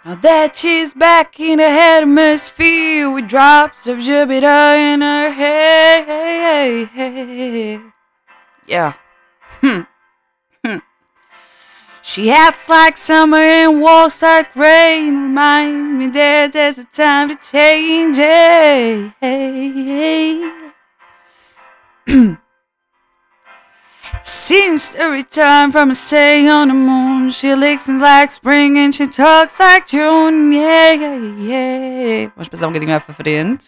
Now that she's back in the hemisphere with drops of Jupiter in her head. Yeah. She acts like summer and walks like rain. Reminds me that there's a time to change. Since the return from a stay on the moon, she listens like spring and she talks like June. Yeah. Vamos passar um bocadinho mais para frente.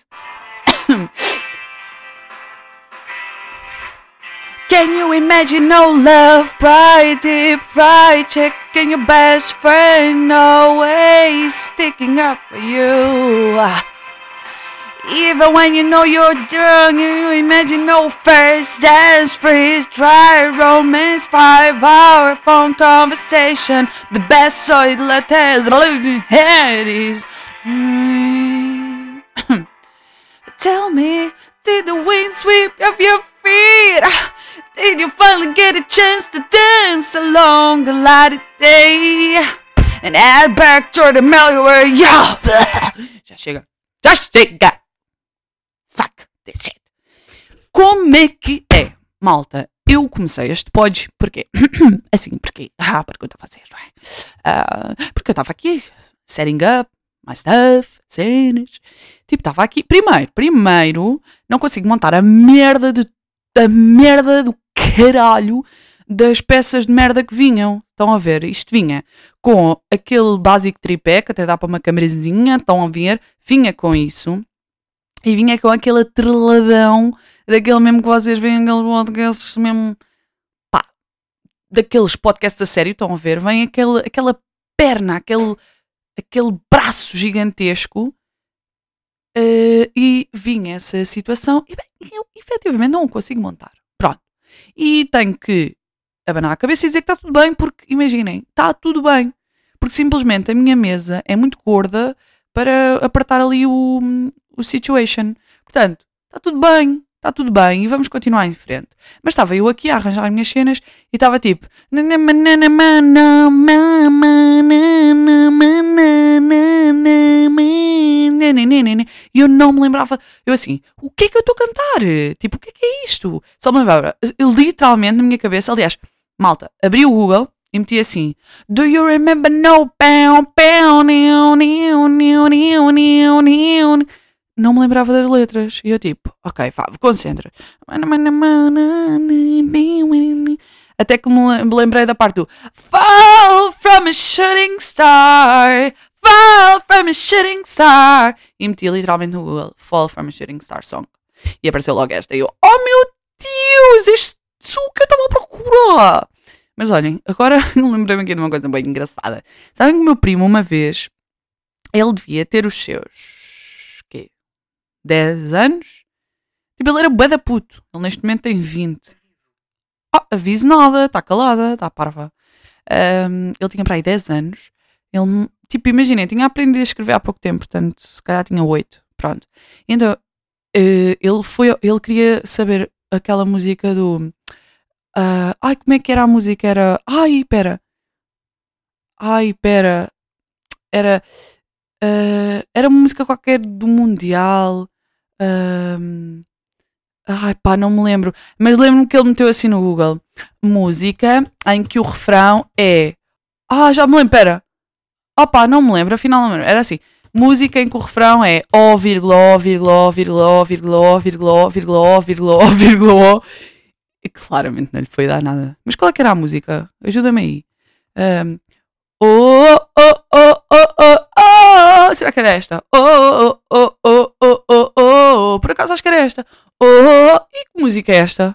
Can you imagine no love, bright, deep fried chicken, your best friend always sticking up for you? Even when you know you're drunk, you imagine no first dance, freeze, dry romance, 5-hour phone conversation, the best soy latte, head is. Tell me, did the wind sweep off your feet? Did you finally get a chance to dance along the light of day? And head back to the Milky yeah. Já chega. Fuck this shit. Como é que é? Malta, eu comecei este pod, porquê? Assim, porquê? Porque eu estava a fazer, não é? Porque eu estava aqui, setting up, my stuff, cenas. Tipo, estava aqui. Primeiro, não consigo montar a merda do caralho das peças de merda que vinham. Estão a ver? Isto vinha com aquele básico tripé, que até dá para uma câmerazinha, estão a ver? Vinha com isso. E vinha com aquele atreladão daquele mesmo que vocês veem, aqueles podcasts mesmo, pá, daqueles podcasts a sério, estão a ver? Vem aquela perna, aquele braço gigantesco, e vinha essa situação, e bem, eu efetivamente não o consigo montar. Pronto. E tenho que abanar a cabeça e dizer que está tudo bem, porque, imaginem, está tudo bem. Porque simplesmente a minha mesa é muito gorda para apertar ali o situation. Portanto, está tudo bem e vamos continuar em frente. Mas estava eu aqui a arranjar as minhas cenas e estava tipo e eu não me lembrava, eu assim, o que é que eu estou a cantar? Tipo, o que é isto? Só me lembrava, literalmente na minha cabeça, aliás, malta, abri o Google e meti assim, do you remember no não me lembrava das letras. E eu tipo, ok, concentra. Até que me lembrei da parte do Fall from a shooting star, Fall from a shooting star. E meti literalmente no Google Fall from a shooting star song. E apareceu logo esta. E eu, oh meu Deus, este o que eu estava a procurar. Mas olhem, agora lembrei-me aqui de uma coisa bem engraçada. Sabem que o meu primo, uma vez, ele devia ter os seus 10 anos? Tipo, ele era bué da puto. Ele neste momento tem 20. Aviso nada, está calada, está parva. Ele tinha para aí 10 anos. Ele, tipo, imaginem, tinha aprendido a escrever há pouco tempo, portanto, se calhar tinha 8. Pronto. Então, ele queria saber aquela música do... como é que era a música? Era... Era uma música qualquer do Mundial. Não me lembro. Mas lembro-me que ele meteu assim no Google. Música em que o refrão é... já me lembro, pera. Não me lembro, afinal não me lembro. Era assim. Música em que o refrão é O, vírgula, vírgula, vírgula, vírgula, vírgula, vírgula, vírgula, vírgula. E claramente não lhe foi dar nada. Mas qual é que era a música? Ajuda-me aí. Será que era esta? Por acaso acho que era esta. E que música é esta?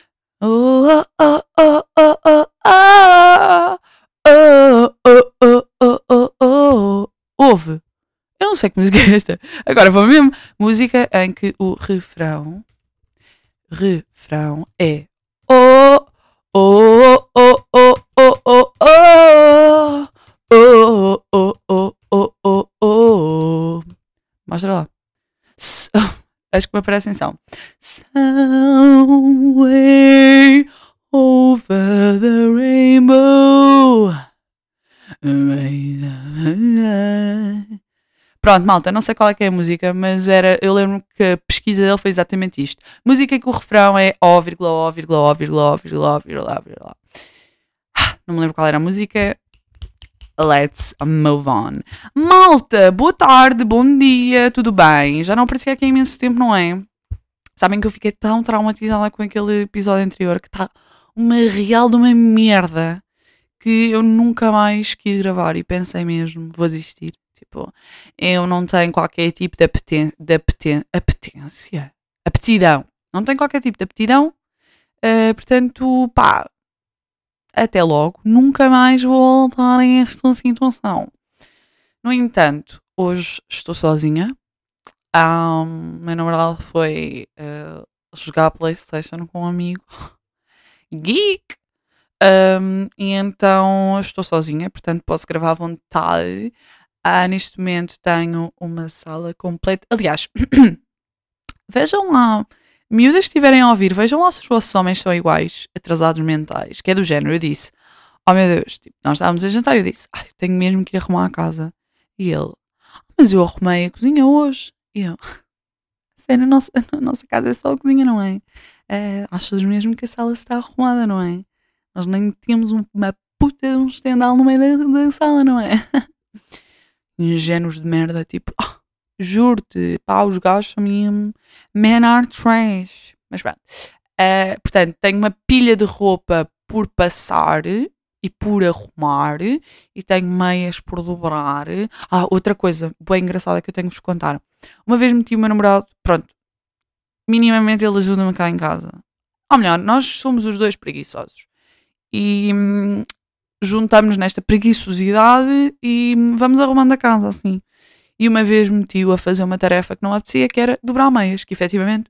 Ouve. Eu não sei que música é esta. Agora vou mesmo. Música em que o refrão é Mostra lá. Acho que me aparece atenção. Somewhere over the rainbow. Pronto, malta, não sei qual é que é a música, mas eu lembro que a pesquisa dele foi exatamente isto. Música que o refrão é O, O, O, O. Não me lembro qual era a música. Let's move on. Malta, boa tarde, bom dia, tudo bem? Já não aparecia aqui há imenso tempo, não é? Sabem que eu fiquei tão traumatizada com aquele episódio anterior que está uma real de uma merda que eu nunca mais quis gravar e pensei mesmo, vou desistir. Tipo, eu não tenho qualquer tipo de aptidão. Não tenho qualquer tipo de aptidão, portanto, pá, até logo, nunca mais vou voltar a esta situação. No entanto, hoje estou sozinha. Meu namorado foi jogar PlayStation com um amigo geek. E então eu estou sozinha, portanto posso gravar à vontade. Neste momento tenho uma sala completa. Aliás, vejam lá, miúdas que estiverem a ouvir, vejam lá se os vossos homens são iguais, atrasados mentais, que é do género. Eu disse, oh meu Deus, tipo, nós estávamos a jantar e eu disse, tenho mesmo que ir arrumar a casa. E ele, mas eu arrumei a cozinha hoje. E eu, sério, a nossa casa é só a cozinha, não é? Achas mesmo que a sala está arrumada, não é? Nós nem temos uma puta de um estendal no meio da sala, não é? Ingênuos de merda, tipo, juro-te, pá, os gajos são mesmo men are trash. Mas pronto. Portanto, tenho uma pilha de roupa por passar e por arrumar e tenho meias por dobrar. Outra coisa bem engraçada que eu tenho de vos contar. Uma vez meti o meu namorado, pronto, minimamente ele ajuda-me cá em casa. Ou melhor, nós somos os dois preguiçosos. E juntamos nesta preguiçosidade e vamos arrumando a casa assim. E uma vez meti-o a fazer uma tarefa que não apetecia, que era dobrar meias, que efetivamente,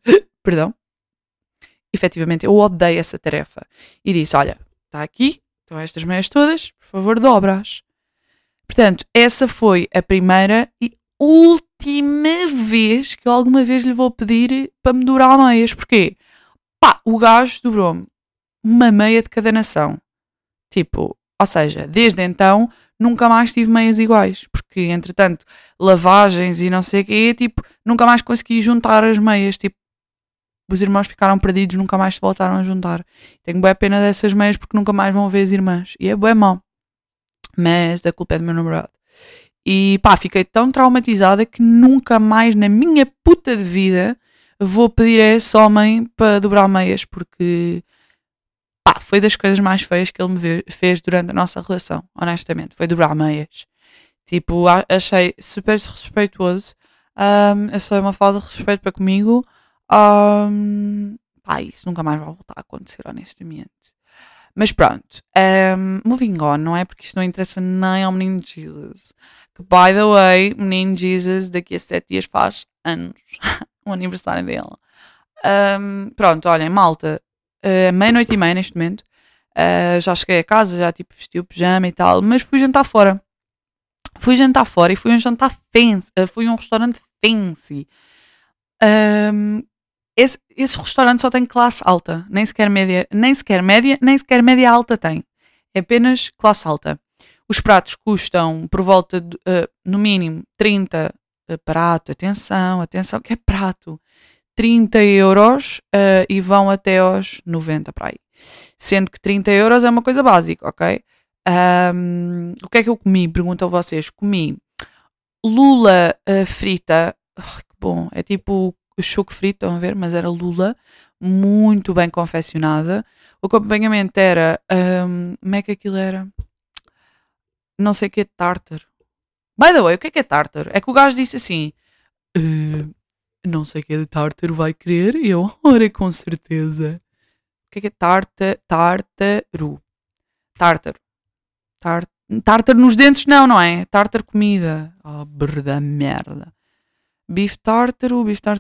efetivamente eu odeio essa tarefa. E disse, olha, está aqui, estão estas meias todas, por favor dobra-as. Portanto, essa foi a primeira e última vez que eu alguma vez lhe vou pedir para me dobrar meias. Porquê? Pá, o gajo dobrou-me uma meia de cada nação. Tipo, ou seja, desde então nunca mais tive meias iguais, porque entretanto lavagens e não sei o quê, tipo, nunca mais consegui juntar as meias, tipo, os irmãos ficaram perdidos, nunca mais se voltaram a juntar. Tenho bué pena dessas meias porque nunca mais vão ver as irmãs, e é bué mau, mas a culpa é do meu namorado. E pá, fiquei tão traumatizada que nunca mais na minha puta de vida vou pedir a esse homem para dobrar meias, porque foi das coisas mais feias que ele me fez durante a nossa relação, honestamente. Foi dobrar meias. Tipo, achei super desrespeituoso. Eu sou uma falta de respeito para comigo. Isso nunca mais vai voltar a acontecer, honestamente. Mas pronto. Moving on, não é? Porque isto não interessa nem ao menino Jesus. Que, by the way, o menino Jesus daqui a 7 dias faz anos. O aniversário dele. Pronto, olhem, malta. Meia-noite e meia neste momento. Já cheguei a casa, já tipo vesti o pijama e tal, mas fui jantar fora. Fui jantar fora e fui um jantar fancy. Fui a um restaurante fancy. Esse restaurante só tem classe alta, nem sequer média, nem sequer média alta tem. É apenas classe alta. Os pratos custam por volta de, no mínimo 30 prato, atenção, que é prato. 30 euros e vão até aos 90 para aí. Sendo que 30 euros é uma coisa básica, ok? O que é que eu comi? Pergunto a vocês. Comi lula frita. Que bom. É tipo choco frito, estão a ver? Mas era lula. Muito bem confeccionada. O acompanhamento era... como é que aquilo era? Não sei o que é tártaro. By the way, o que é tártaro? É que o gajo disse assim... não sei o que é de tártaro vai querer. E eu, ora, com certeza. O que é tártaro? Tártaro nos dentes não é? Tártaro comida. Oh, berda merda. Bife tártaro.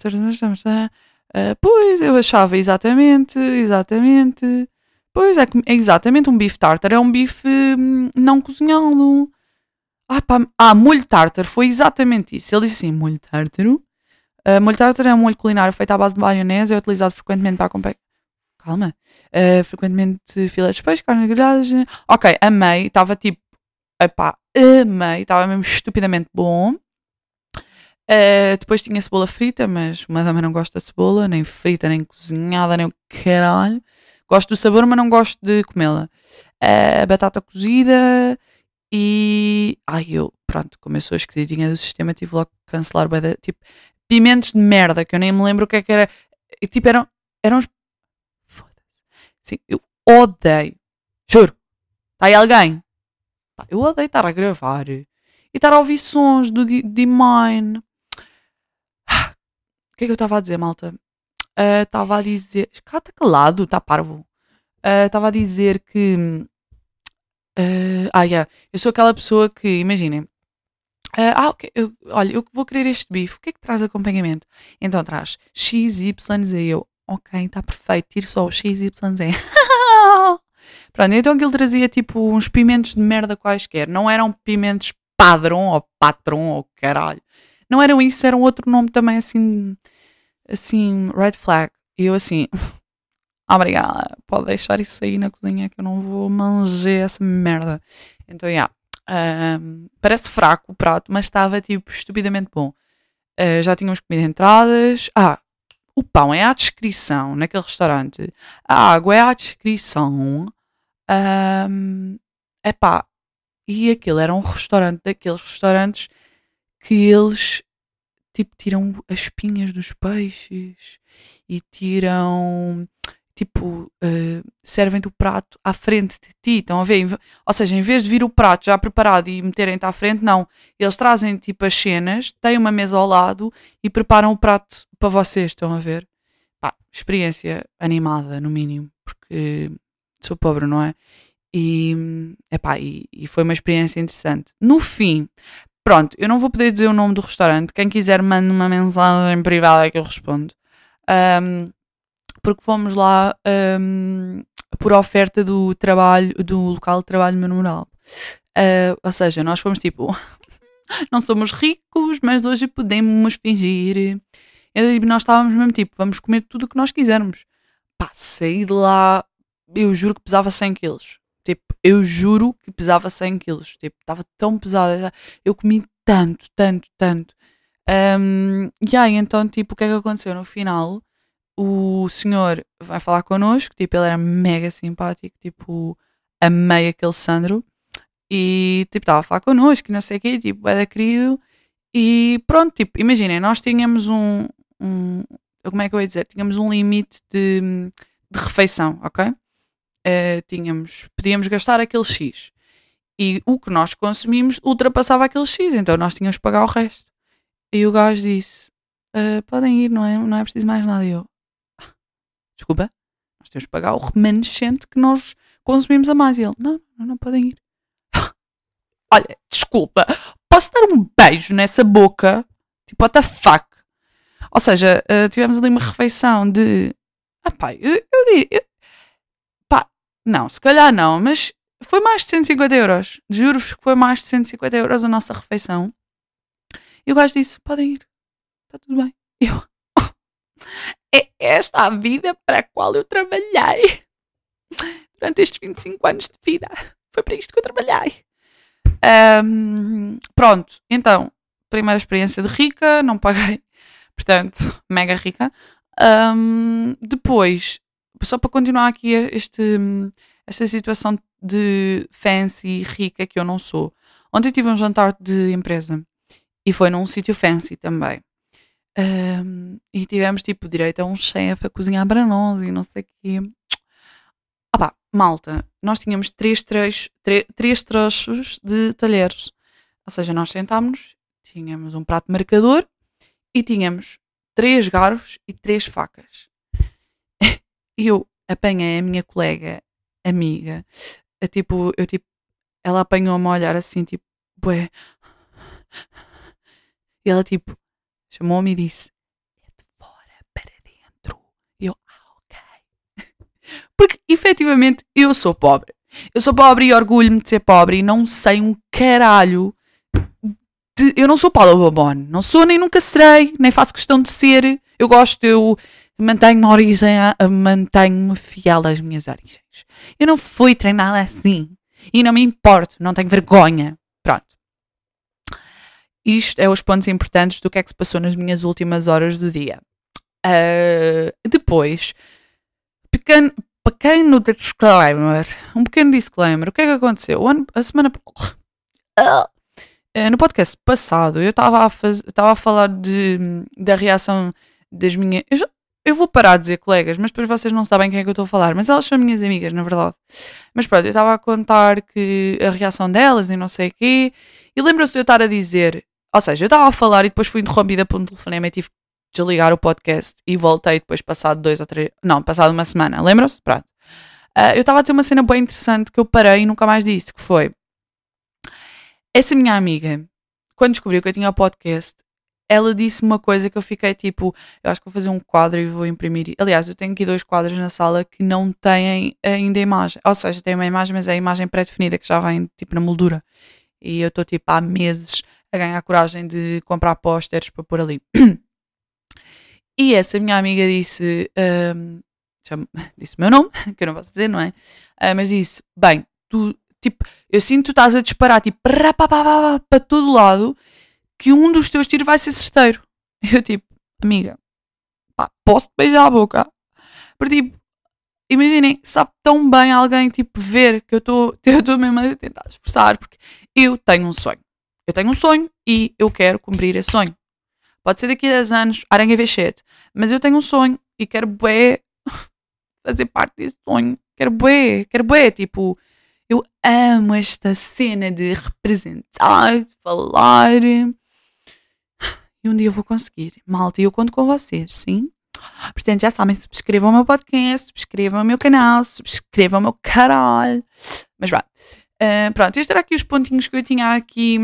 Pois, eu achava exatamente. Pois, é exatamente um bife tártaro. É um bife não cozinhado. Molho tártaro. Foi exatamente isso. Ele disse assim, molho tártaro. Molho tártaro é um molho culinário feito à base de maionese. É utilizado frequentemente para acompanhar... Calma. Frequentemente filetes de peixe, carne grelhada. Ok, amei. Estava tipo... amei, estava mesmo estupidamente bom. Depois tinha cebola frita, mas uma dama não gosta de cebola, nem frita, nem cozinhada, nem o caralho. Gosto do sabor, mas não gosto de comê-la. Batata cozida e... Ai, pronto, como eu sou esquisitinha do sistema, tive logo que cancelar tipo, pimentos de merda, que eu nem me lembro o que é que era. E, tipo, eram uns... Foda-se. Sim, eu odeio. Juro. Está aí alguém? Pá, eu odeio estar a gravar e estar a ouvir sons do D-Mine. O que é que eu estava a dizer, malta? Estava a dizer... Cá está calado, está parvo. Estava a dizer que... yeah. Eu sou aquela pessoa que, imaginem... ok, olha, eu vou querer este bife. O que é que traz de acompanhamento? Então traz X, Y, Z. Eu, ok, está perfeito. Tiro só o X, Y, Z. Pronto, então aquilo trazia tipo uns pimentos de merda quaisquer. Não eram pimentos padrão ou patron ou caralho. Não eram isso, era um outro nome também assim, red flag. E eu assim, obrigada, pode deixar isso aí na cozinha que eu não vou manjar essa merda. Então, parece fraco o prato, mas estava tipo estupidamente bom. Já tínhamos comido entradas. O pão é à descrição naquele restaurante. A água é à descrição. Epá, e aquilo era um restaurante daqueles restaurantes que eles tipo tiram as espinhas dos peixes e tiram tipo servem-te o prato à frente de ti, estão a ver? Ou seja, em vez de vir o prato já preparado e meterem-te à frente, não, eles trazem tipo as cenas, têm uma mesa ao lado e preparam o prato para vocês, estão a ver? Pá, experiência animada no mínimo, porque sou pobre, não é? E foi uma experiência interessante. No fim, pronto, eu não vou poder dizer o nome do restaurante. Quem quiser, mande uma mensagem privada que eu respondo. Porque fomos lá por oferta do trabalho, do local de trabalho memorial. Ou seja, nós fomos tipo, não somos ricos, mas hoje podemos fingir. E nós estávamos mesmo tipo, vamos comer tudo o que nós quisermos. Pá, saí de lá, eu juro que pesava 100 quilos. Tipo, eu juro que pesava 100 quilos. Tipo, estava tão pesada. Eu comi tanto. Então, tipo, o que é que aconteceu? No final, o senhor vai falar connosco. Tipo, ele era mega simpático. Tipo, amei aquele Sandro. E, tipo, estava a falar connosco e não sei o quê. Tipo, era querido. E pronto, tipo, imaginem, nós tínhamos como é que eu ia dizer? Tínhamos um limite de refeição, ok? Podíamos gastar aquele X e o que nós consumimos ultrapassava aquele X, então nós tínhamos que pagar o resto. E o gajo disse: podem ir, não é preciso mais nada. E eu, desculpa, nós temos que pagar o remanescente que nós consumimos a mais. E ele: não podem ir. Olha, desculpa, posso dar um beijo nessa boca? Tipo, what the fuck? Ou seja, tivemos ali uma refeição de... eu diria... Não, se calhar não, mas foi mais de 150 euros. Juro-vos que foi mais de 150 euros a nossa refeição. E o gajo disse: podem ir, está tudo bem. E eu, é esta a vida para a qual eu trabalhei durante estes 25 anos de vida. Foi para isto que eu trabalhei. Pronto, então, primeira experiência de rica, não paguei, portanto, mega rica. Depois, só para continuar aqui esta situação de fancy rica que eu não sou. Ontem tive um jantar de empresa e foi num sítio fancy também. E tivemos tipo direito a um chefe a cozinhar para nós e não sei o quê. Malta, nós tínhamos três trechos de talheres. Ou seja, nós sentámos, tínhamos um prato marcador e tínhamos 3 garfos e 3 facas. E eu apanhei a minha colega, amiga, ela apanhou-me a olhar assim, tipo, bué. E ela, tipo, chamou-me e disse: é de fora para dentro. E eu, ok. Porque, efetivamente, eu sou pobre. Eu sou pobre e orgulho-me de ser pobre e não sei um caralho. Eu não sou Paula Bobone. Não sou, nem nunca serei, nem faço questão de ser. Eu mantenho-me fiel às minhas origens. Eu não fui treinada assim. E não me importo, não tenho vergonha. Pronto. Isto é os pontos importantes do que é que se passou nas minhas últimas horas do dia. Depois, pequeno disclaimer. Um pequeno disclaimer. O que é que aconteceu? A semana... No podcast passado, eu estava a falar da reação das minhas... Eu vou parar de dizer colegas, mas depois vocês não sabem quem é que eu estou a falar. Mas elas são minhas amigas, na verdade. Mas pronto, eu estava a contar que a reação delas e não sei o quê. E lembram-se de eu estar a dizer... Ou seja, eu estava a falar e depois fui interrompida por um telefonema e tive que desligar o podcast. E voltei depois passado 2 ou 3... Não, passado uma semana. Lembram-se? Pronto. Eu estava a dizer uma cena bem interessante que eu parei e nunca mais disse. Que foi... Essa minha amiga, quando descobriu que eu tinha o podcast... Ela disse uma coisa que eu fiquei tipo, eu acho que vou fazer um quadro e vou imprimir. Aliás, eu tenho aqui 2 quadros na sala que não têm ainda imagem. Ou seja, tem uma imagem, mas é a imagem pré-definida que já vem tipo na moldura. E eu estou tipo há meses a ganhar coragem de comprar pósteres para pôr ali. E essa minha amiga disse, disse o meu nome, que eu não posso dizer, não é? Mas disse, bem, tu, tipo, eu sinto que tu estás a disparar tipo para todo lado, que um dos teus tiros vai ser certeiro. Eu tipo, amiga, pá, posso-te beijar a boca? Porque tipo, imaginem, sabe tão bem alguém tipo ver que eu estou mesmo a tentar esforçar, porque eu tenho um sonho. Eu tenho um sonho e eu quero cumprir esse sonho. Pode ser daqui a 10 anos, aranha V7, mas eu tenho um sonho e quero bué fazer parte desse sonho. Quero bué, tipo, eu amo esta cena de representar, de falar. E um dia eu vou conseguir. Malta, e eu conto com vocês, sim? Portanto, já sabem, subscrevam o meu podcast, subscrevam o meu canal, subscrevam o meu caralho. Mas vá. Pronto, estes eram aqui os pontinhos que eu tinha aqui.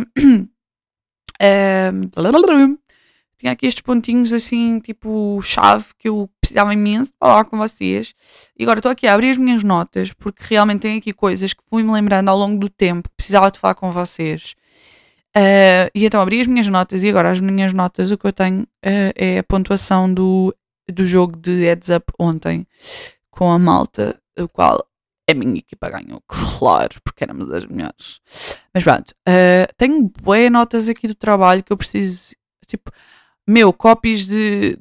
Tinha aqui estes pontinhos assim, tipo chave, que eu precisava imenso de falar com vocês. E agora estou aqui a abrir as minhas notas, porque realmente tenho aqui coisas que fui-me lembrando ao longo do tempo que precisava de falar com vocês. E então abri as minhas notas e agora as minhas notas, o que eu tenho é a pontuação do jogo de Heads Up ontem com a malta, o qual a minha equipa ganhou, claro, porque éramos as melhores. Mas pronto, tenho boas notas aqui do trabalho que eu preciso, tipo, copies de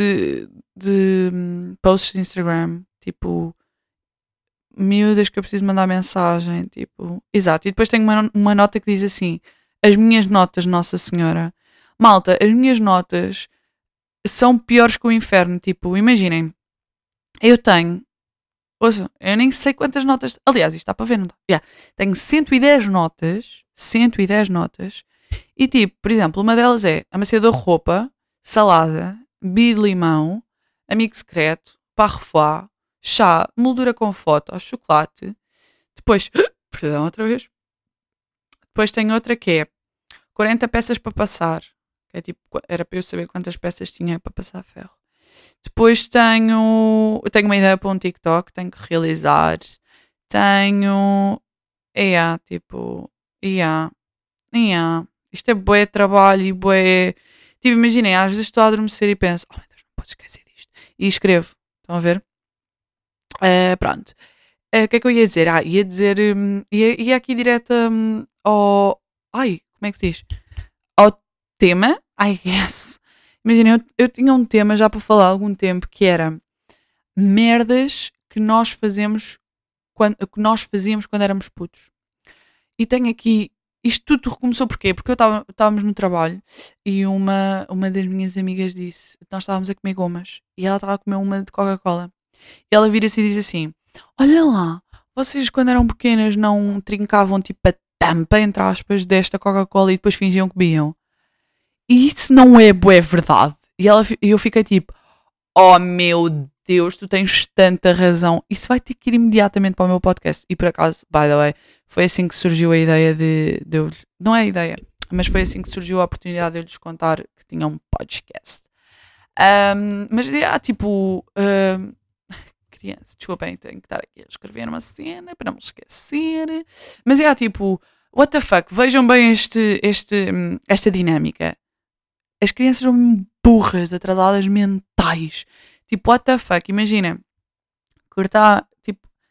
posts de Instagram, tipo, miúdas que eu preciso mandar mensagem, tipo, exato. E depois tenho uma nota que diz assim: as minhas notas, Nossa Senhora. Malta, as minhas notas são piores que o inferno. Tipo, imaginem, eu tenho, ouça, eu nem sei quantas notas. Aliás, isto está para ver, não está? Yeah. Tenho 110 notas. 110 notas. E tipo, por exemplo, uma delas é amaciador de roupa, salada, bi de limão, amigo secreto, parfois, chá, moldura com foto, chocolate. Depois, perdão, outra vez. Depois tenho outra que é 40 peças para passar. Que é tipo, era para eu saber quantas peças tinha para passar ferro. Depois tenho uma ideia para um TikTok, tenho que realizar. Tenho. Tipo. Isto é bué trabalho e bué. Tipo, imaginem, às vezes estou a adormecer e penso: oh meu Deus, não posso esquecer disto. E escrevo. Estão a ver? Pronto. O que é que eu ia dizer? Ia dizer. Ia aqui direto ao. Ai, como é que se diz? Ao tema. Ai, yes. Imaginem, eu tinha um tema já para falar há algum tempo que era merdas que nós fazíamos quando éramos putos. E tenho aqui. Isto tudo recomeçou porquê? Porque estávamos no trabalho e uma das minhas amigas disse: nós estávamos a comer gomas e ela estava a comer uma de Coca-Cola. E ela vira-se e diz assim: olha lá, vocês quando eram pequenas não trincavam tipo a tampa, entre aspas, desta Coca-Cola e depois fingiam que bebiam? E isso não é bué verdade. E eu fiquei tipo: oh meu Deus, tu tens tanta razão. Isso vai ter que ir imediatamente para o meu podcast. E por acaso, by the way, foi assim que surgiu a ideia de eu... Não é a ideia, mas foi assim que surgiu a oportunidade de eu lhes contar que tinha um podcast. Mas, tipo... criança, desculpem, tenho que estar aqui a escrever uma cena para não me esquecer. Mas, tipo... What the fuck? Vejam bem esta dinâmica. As crianças são burras, atrasadas mentais. Tipo, what the fuck? Imagina, cortar, tipo,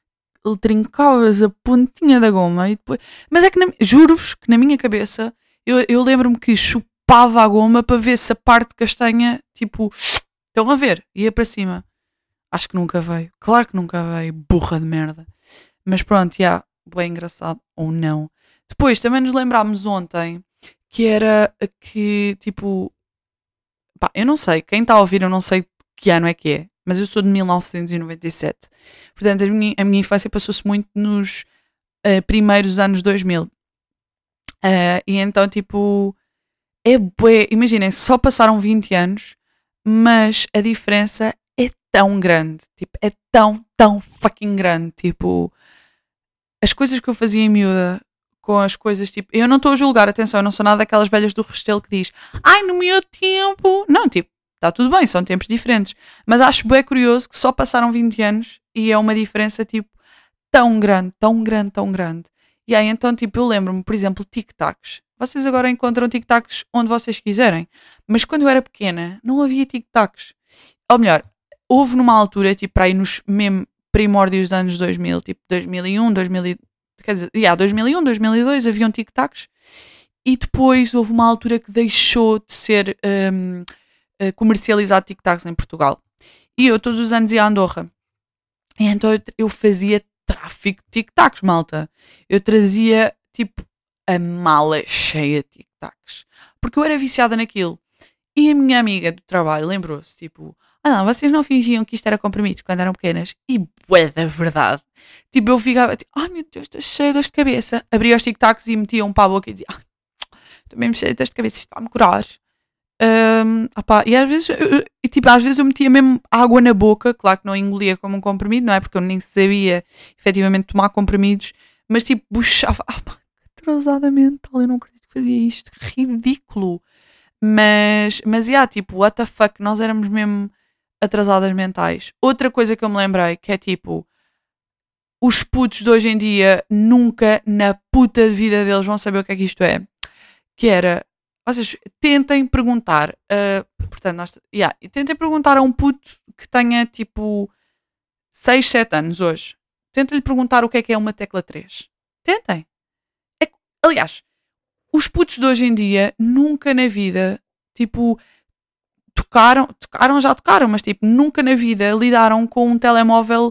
trincavas a pontinha da goma e depois. Mas é que, juro-vos que na minha cabeça, eu lembro-me que chupava a goma para ver se a parte castanha, tipo, estão a ver, ia para cima. Acho que nunca veio. Claro que nunca veio, burra de merda. Mas pronto, já, bem engraçado, ou não. Depois também nos lembrámos ontem que era que, tipo, pá, eu não sei, quem está a ouvir, eu não sei que ano é que é, mas eu sou de 1997. Portanto, a minha infância passou-se muito nos primeiros anos 2000. E então, tipo, é bué, imaginem, só passaram 20 anos, mas a diferença é tão grande. Tipo, é tão, tão fucking grande. Tipo, as coisas que eu fazia em miúda com as coisas, tipo, eu não estou a julgar, atenção, eu não sou nada daquelas velhas do Restelo que diz, ai, no meu tempo. Não, tipo, está tudo bem, são tempos diferentes. Mas acho bem curioso que só passaram 20 anos e é uma diferença, tipo, tão grande, tão grande, tão grande. E aí, então, tipo, eu lembro-me, por exemplo, tic-tacs. Vocês agora encontram tic-tacs onde vocês quiserem. Mas quando eu era pequena, não havia tic-tacs. Ou melhor, houve numa altura, tipo, para aí nos mesmo primórdios dos anos 2000, tipo 2001, 2000, quer dizer, 2001, 2002, haviam tic-tacs. E depois houve uma altura que deixou de ser comercializado tic-tacs em Portugal. E eu todos os anos ia a Andorra. E então eu fazia tráfico de tic-tacs, malta. Eu trazia, tipo, a mala cheia de tic-tacs. Porque eu era viciada naquilo. E a minha amiga do trabalho lembrou-se, tipo, não, vocês não fingiam que isto era comprimidos quando eram pequenas? E bué da verdade. Tipo, eu ficava, tipo, ai meu Deus, estou cheia de dor de cabeça. Abria os tic-tacs e metia um para a boca e dizia, estou mesmo cheia de dor de cabeça, isto vai-me curar. E às vezes, às vezes eu metia mesmo água na boca, claro que não engolia como um comprimido, não é? Porque eu nem sabia efetivamente tomar comprimidos, mas tipo, buchava, atrasada mental, eu não acredito que fazia isto, que ridículo. Mas, tipo, what the fuck, nós éramos mesmo atrasadas mentais. Outra coisa que eu me lembrei, que é tipo, os putos de hoje em dia nunca na puta de vida deles vão saber o que é que isto é. Que era, vocês tentem perguntar, portanto, tentem perguntar a um puto que tenha tipo 6, 7 anos hoje. Tentem-lhe perguntar o que é uma tecla 3. Tentem. Aliás, os putos de hoje em dia nunca na vida, tipo, tocaram, já tocaram, mas tipo, nunca na vida lidaram com um telemóvel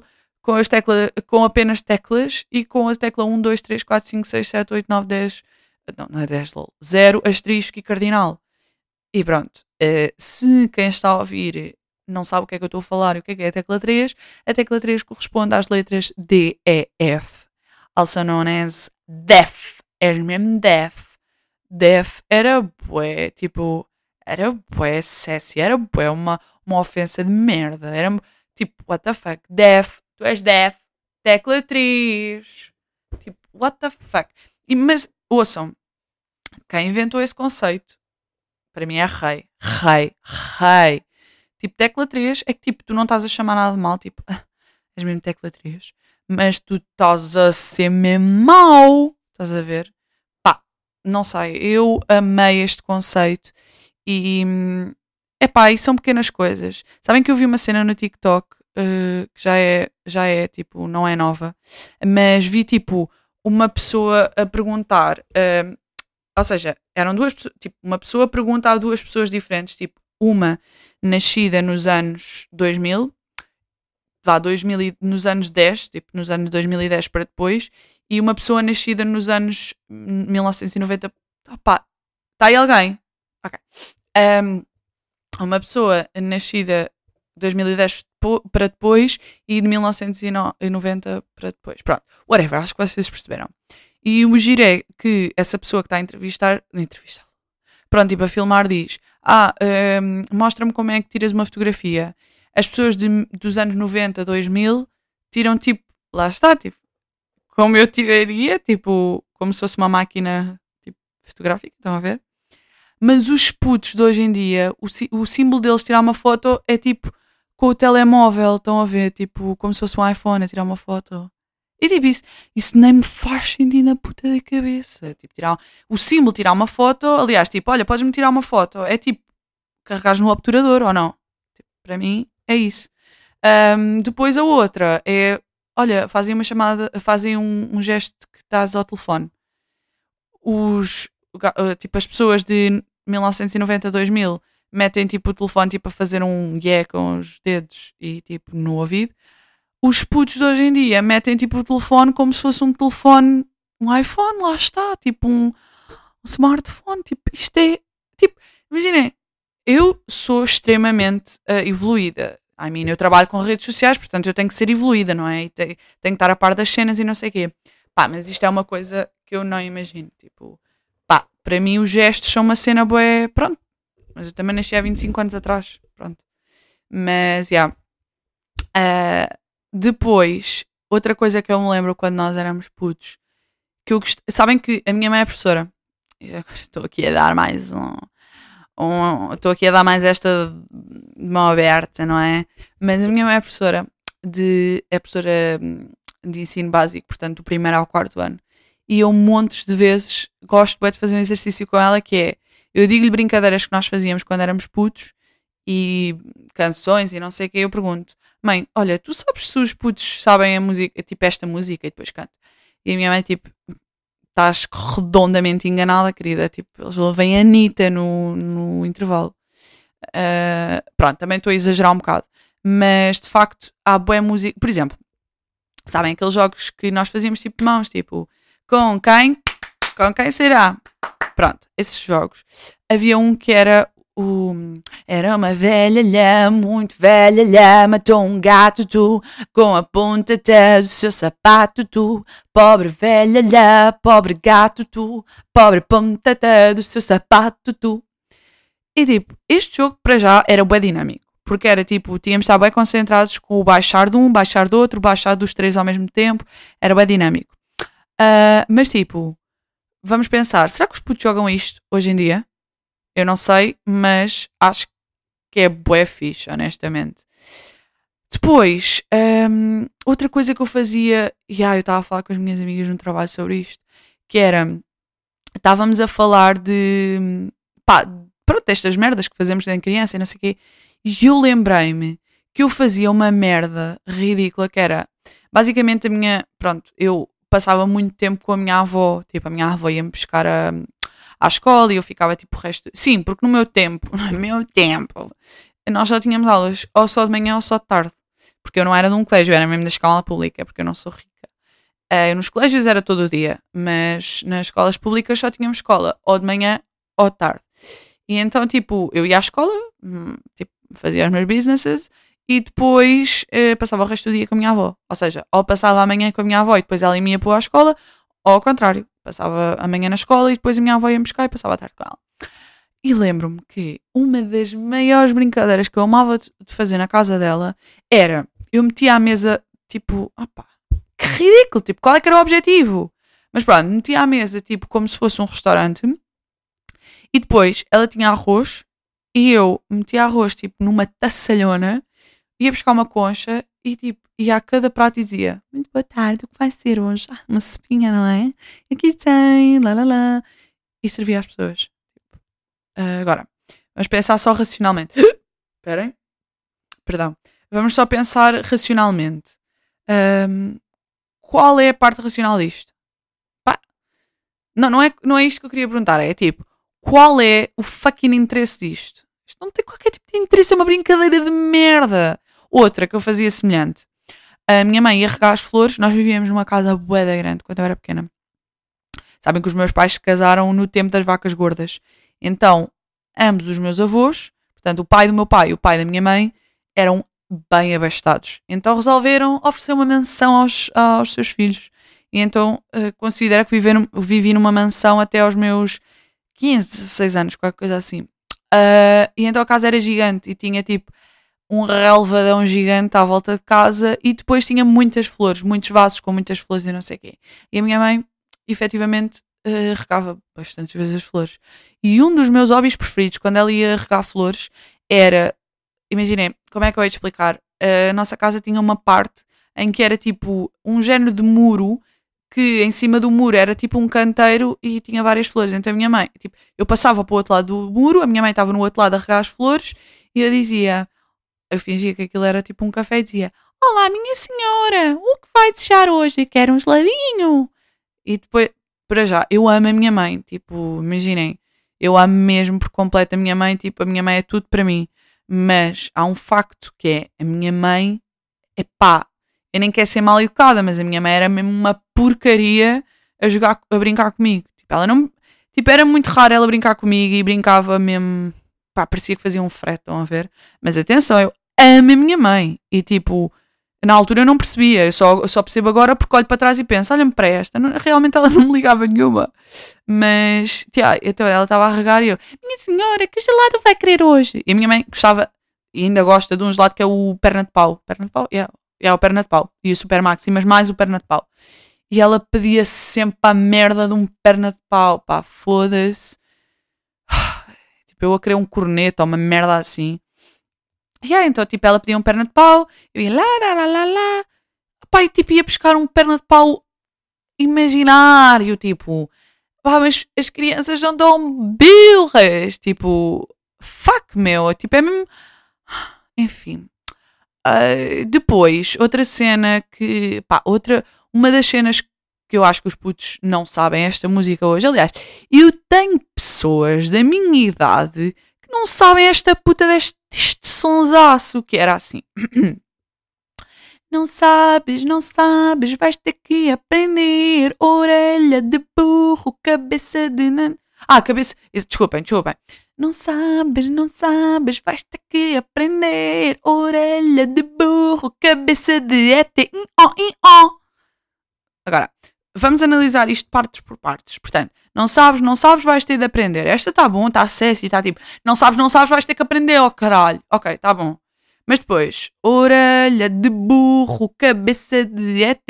com apenas teclas e com a tecla 1, 2, 3, 4, 5, 6, 7, 8, 9, 10. Não é 10, lol. 0, asterisco e cardinal. E pronto. Se quem está a ouvir não sabe o que é que eu estou a falar e o que é a tecla 3, a tecla 3 corresponde às letras D, E, F. Also known as DEF. És mesmo DEF. DEF era bué, tipo, era bué sassy, era bué uma ofensa de merda. Era tipo, what the fuck, DEF, tu és DEF, tecla 3. Tipo, what the fuck. Mas, ouçam, quem inventou esse conceito, para mim é rei. Rei, rei. Tipo, tecla 3 é que tipo, tu não estás a chamar nada de mal, tipo, és mesmo tecla 3, mas tu estás a ser mesmo mau. Estás a ver? Não sei, eu amei este conceito e e são pequenas coisas. Sabem que eu vi uma cena no TikTok que já é tipo, não é nova, mas vi tipo uma pessoa a perguntar, ou seja, eram duas pessoas, tipo, uma pessoa pergunta a duas pessoas diferentes, tipo, uma nascida nos anos 2000, nos anos 10, tipo, nos anos 2010 para depois, e uma pessoa nascida nos anos 1990. Opá, está aí alguém? Ok. Uma pessoa nascida de 2010 para depois e de 1990 para depois. Pronto, whatever, acho que vocês perceberam. E o giro é que essa pessoa que está a entrevistar, pronto, tipo a filmar diz, mostra-me como é que tiras uma fotografia. As pessoas dos anos 90, 2000 tiram tipo, lá está, tipo, como eu tiraria, tipo, como se fosse uma máquina tipo, fotográfica, estão a ver? Mas os putos de hoje em dia, o símbolo deles tirar uma foto é tipo com o telemóvel, estão a ver? Tipo, como se fosse um iPhone a tirar uma foto. E tipo, isso nem me faz sentido na puta da cabeça. Tipo, o símbolo tirar uma foto, aliás, tipo, olha, podes-me tirar uma foto. É tipo, carregares no obturador ou não? Tipo, para mim, é isso. Depois a outra é olha, fazem uma chamada, fazem um gesto que estás ao telefone. Tipo, as pessoas de 1990 a 2000 metem tipo o telefone tipo a fazer um yeah com os dedos e tipo no ouvido. Os putos de hoje em dia metem tipo o telefone como se fosse um telefone, um iPhone, lá está, tipo um smartphone, tipo, isto é, tipo, imaginem, eu sou extremamente evoluída. Eu trabalho com redes sociais, portanto eu tenho que ser evoluída, não é? E tenho que estar a par das cenas e não sei o quê. Pá, mas isto é uma coisa que eu não imagino, tipo, pá, para mim os gestos são uma cena bué, pronto, mas eu também nasci há 25 anos atrás, pronto. Mas, já. Depois, outra coisa que eu me lembro quando nós éramos putos, que eu sabem que a minha mãe é professora. Estou aqui a dar mais estou aqui a dar mais esta de mão aberta, não é? Mas a minha mãe é professora é professora de ensino básico, portanto, do primeiro ao quarto ano. E eu, montes de vezes, gosto de fazer um exercício com ela que é, eu digo-lhe brincadeiras que nós fazíamos quando éramos putos e canções e não sei o que, eu pergunto, mãe, olha, tu sabes se os putos sabem a música, tipo esta música, e depois canto. E a minha mãe, tipo, estás redondamente enganada, querida. Tipo, eles ouvem a Anitta no intervalo. Pronto, também estou a exagerar um bocado. Mas, de facto, há boa música. Por exemplo, sabem aqueles jogos que nós fazíamos tipo de mãos, tipo, com quem? Com quem será? Pronto, esses jogos. Havia um que era era uma velha lhama, muito velha lhama, matou um gato tu, com a ponta até do seu sapato tu, pobre velha lhama, pobre gato tu, pobre ponta até do seu sapato tu. E tipo, este jogo para já era bué dinâmico, porque era tipo, tínhamos de estar bem concentrados com o baixar de um, baixar do outro, baixar dos três ao mesmo tempo, era bué dinâmico. Mas tipo, vamos pensar, será que os putos jogam isto hoje em dia? Eu não sei, mas acho que é bué fixe, honestamente. Depois, outra coisa que eu fazia, eu estava a falar com as minhas amigas no trabalho sobre isto, que era, estávamos a falar de, pá, pronto, estas merdas que fazemos em criança e não sei o quê, e eu lembrei-me que eu fazia uma merda ridícula, que era, basicamente eu passava muito tempo com a minha avó, tipo, a minha avó ia-me buscar à escola e eu ficava tipo o resto. Sim, porque no meu tempo, nós só tínhamos aulas ou só de manhã ou só de tarde. Porque eu não era de um colégio, eu era mesmo da escola pública, porque eu não sou rica. Nos colégios era todo o dia, mas nas escolas públicas só tínhamos escola ou de manhã ou de tarde. E então, tipo, eu ia à escola, tipo, fazia os meus businesses e depois passava o resto do dia com a minha avó. Ou seja, ou passava a manhã com a minha avó e depois ela ia para a escola, ou ao contrário, passava a manhã na escola e depois a minha avó ia me buscar e passava a tarde com ela. E lembro-me que uma das maiores brincadeiras que eu amava de fazer na casa dela era, eu metia à mesa, tipo, opá, que ridículo, tipo, qual é que era o objetivo? Mas pronto, metia à mesa, tipo, como se fosse um restaurante e depois ela tinha arroz e eu metia arroz, tipo, numa tassalhona, ia buscar uma concha e tipo, ia a cada prato e dizia, muito boa tarde, o que vai ser hoje? Uma sopinha, não é? Aqui tem, lá lá lá. E servia às pessoas. Agora, vamos pensar só racionalmente. Esperem. Perdão. Vamos só pensar racionalmente. Qual é a parte racional disto? Pá. Não é isto que eu queria perguntar. É tipo, qual é o fucking interesse disto? Isto não tem qualquer tipo de interesse. É uma brincadeira de merda. Outra que eu fazia semelhante. A minha mãe ia regar as flores. Nós vivíamos numa casa bué da grande quando eu era pequena. Sabem que os meus pais se casaram no tempo das vacas gordas. Então, ambos os meus avós, portanto, o pai do meu pai e o pai da minha mãe, eram bem abastados. Então resolveram oferecer uma mansão aos seus filhos. E então considero que vivi numa mansão até aos meus 15, 16 anos, qualquer coisa assim. E então a casa era gigante e tinha tipo um relvadão gigante à volta de casa e depois tinha muitas flores, muitos vasos com muitas flores e não sei o quê. E a minha mãe, efetivamente, regava bastantes vezes as flores. E um dos meus hobbies preferidos quando ela ia regar flores era, imaginem, como é que eu ia te explicar? A nossa casa tinha uma parte em que era tipo um género de muro que em cima do muro era tipo um canteiro e tinha várias flores. Então a minha mãe, tipo, eu passava para o outro lado do muro, a minha mãe estava no outro lado a regar as flores e eu fingia que aquilo era tipo um café e dizia: olá, minha senhora, o que vai desejar hoje? Quero um geladinho. E depois, para já, eu amo a minha mãe. Tipo, imaginem, eu amo mesmo por completo a minha mãe. Tipo, a minha mãe é tudo para mim. Mas há um facto que é, a minha mãe, epá, eu nem quero ser mal educada, mas a minha mãe era mesmo uma porcaria a brincar comigo. Tipo, ela não, tipo, era muito raro ela brincar comigo e brincava mesmo, pá, parecia que fazia um frete, estão a ver? Mas atenção, eu amo a minha mãe. E tipo, na altura eu não percebia, eu só percebo agora porque olho para trás e penso, olha-me para esta, realmente ela não me ligava nenhuma. Mas, então ela estava a regar e eu, minha senhora, que gelado vai querer hoje? E a minha mãe gostava, e ainda gosta de um gelado que é o perna de pau. Perna de pau? É o perna de pau. E o super maxi, mas mais o perna de pau. E ela pedia sempre a merda de um perna de pau, pá, foda-se. Tipo, eu a querer um corneto ou uma merda assim. E aí, então, tipo, ela pedia um perna de pau, eu ia lá, lá, lá, lá, lá. Pá, e tipo, ia buscar um perna de pau imaginário, tipo, pá, mas as crianças não dão bilras, tipo, fuck, meu, tipo, é mesmo. Enfim. Depois, outra cena que, pá, uma das cenas que eu acho que os putos não sabem esta música hoje, aliás, eu tenho pessoas da minha idade que não sabem esta puta deste sonsaço, que era assim. Não sabes, não sabes, vais ter que aprender. Orelha de burro, cabeça de cabeça. Desculpem. Não sabes, não sabes, vais ter que aprender. Orelha de burro, cabeça de ET. Agora, vamos analisar isto partes por partes. Portanto, não sabes, não sabes, vais ter de aprender. Esta está bom, está sexy, está tipo, não sabes, não sabes, vais ter que aprender, oh caralho. Ok, está bom. Mas depois, orelha de burro, cabeça de ET,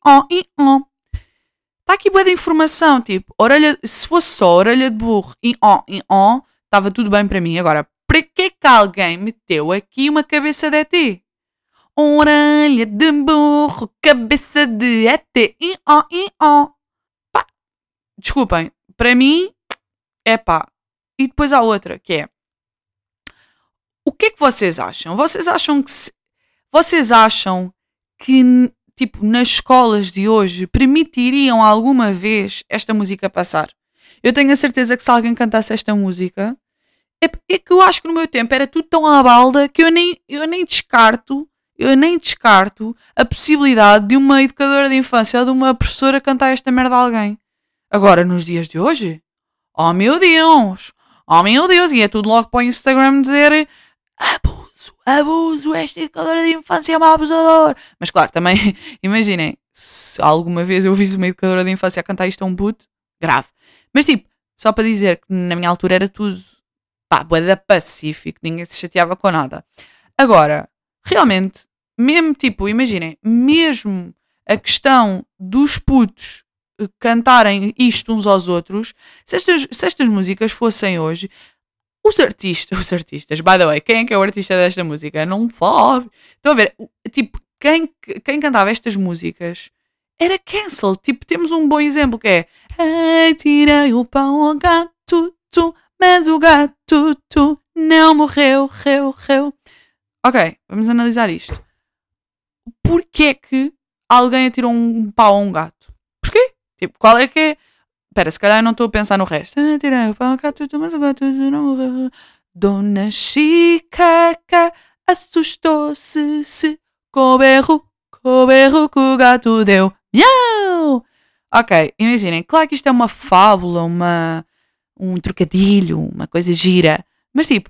Está aqui boa de informação, tipo, orelha, se fosse só orelha de burro, estava tudo bem para mim. Agora, para que alguém meteu aqui uma cabeça de ET? Orelha de burro, cabeça de ET, Pá, desculpem, para mim, é pá. E depois há outra, que é, o que é que vocês acham? Vocês acham que, tipo, nas escolas de hoje permitiriam alguma vez esta música passar? Eu tenho a certeza que se alguém cantasse esta música, é que eu acho que no meu tempo era tudo tão à balda que eu nem descarto a possibilidade de uma educadora de infância ou de uma professora cantar esta merda a alguém. Agora, nos dias de hoje, oh meu Deus! Oh meu Deus! E é tudo logo para o Instagram dizer abuso, esta educadora de infância é uma abusadora. Mas claro, também, imaginem, se alguma vez eu visse uma educadora de infância a cantar isto a um puto, grave. Mas tipo, só para dizer que na minha altura era tudo, pá, bué da pacífico, ninguém se chateava com nada. Agora, realmente, mesmo tipo, imaginem, mesmo a questão dos putos cantarem isto uns aos outros, se estas músicas fossem hoje, os artistas, by the way, quem é que é o artista desta música? Não sabe. Estão a ver? Tipo, quem cantava estas músicas era cancel. Tipo, temos um bom exemplo que é Ai, tirei o pão ao gato, mas o gato, não morreu, reu. Ok, vamos analisar isto. Porquê é que alguém atirou um pau a um gato? Porquê? Tipo, qual é que é? Espera, se calhar eu não estou a pensar no resto. Tirei o pau ao gato, mas o gato não morreu. Dona Chica assustou-se com o berro que o gato deu. Miau! Ok, imaginem, claro que isto é uma fábula, um trocadilho, uma coisa gira. Mas tipo,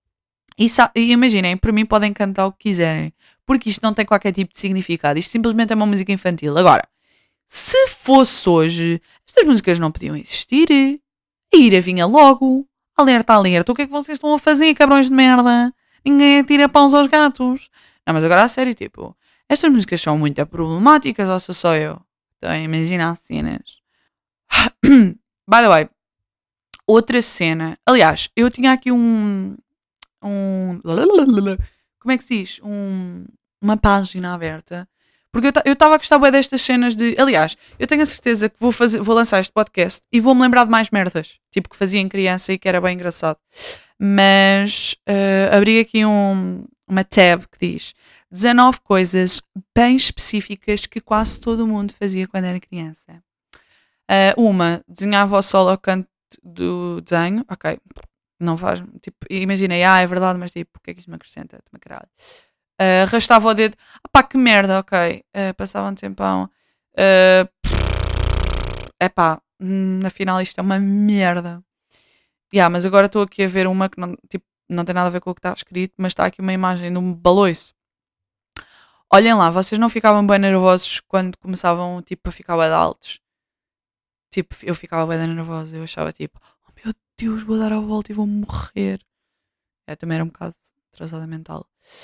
e imaginem, por mim podem cantar o que quiserem. Porque isto não tem qualquer tipo de significado. Isto simplesmente é uma música infantil. Agora, se fosse hoje, estas músicas não podiam existir. A ira vinha logo. Alerta, alerta. O que é que vocês estão a fazer, cabrões de merda? Ninguém atira pães aos gatos. Não, mas agora a sério, tipo, estas músicas são muito problemáticas, ou sou só eu? Então imagina as cenas. By the way, outra cena. Aliás, eu tinha aqui como é que se diz? Uma página aberta. Porque eu estava a gostar bem destas cenas de. Aliás, eu tenho a certeza que vou lançar este podcast e vou-me lembrar de mais merdas. Tipo que fazia em criança e que era bem engraçado. Mas abri aqui uma tab que diz 19 coisas bem específicas que quase todo mundo fazia quando era criança. Uma, desenhava o sol ao canto do desenho. Ok, não faz. Tipo, imaginei, é verdade, mas tipo, o que é que isto me acrescenta? Toma caralho. Arrastava o dedo. Pá, que merda, ok. Passava um tempão. Epá, afinal isto é uma merda. Mas agora estou aqui a ver uma que não, tipo, não tem nada a ver com o que está escrito, mas está aqui uma imagem de um baloiço. Olhem lá, vocês não ficavam bem nervosos quando começavam tipo, a ficar bem altos? Tipo, eu ficava bem nervosa, eu achava tipo, oh meu Deus, vou dar a volta e vou morrer. Também era um bocado atrasada mental.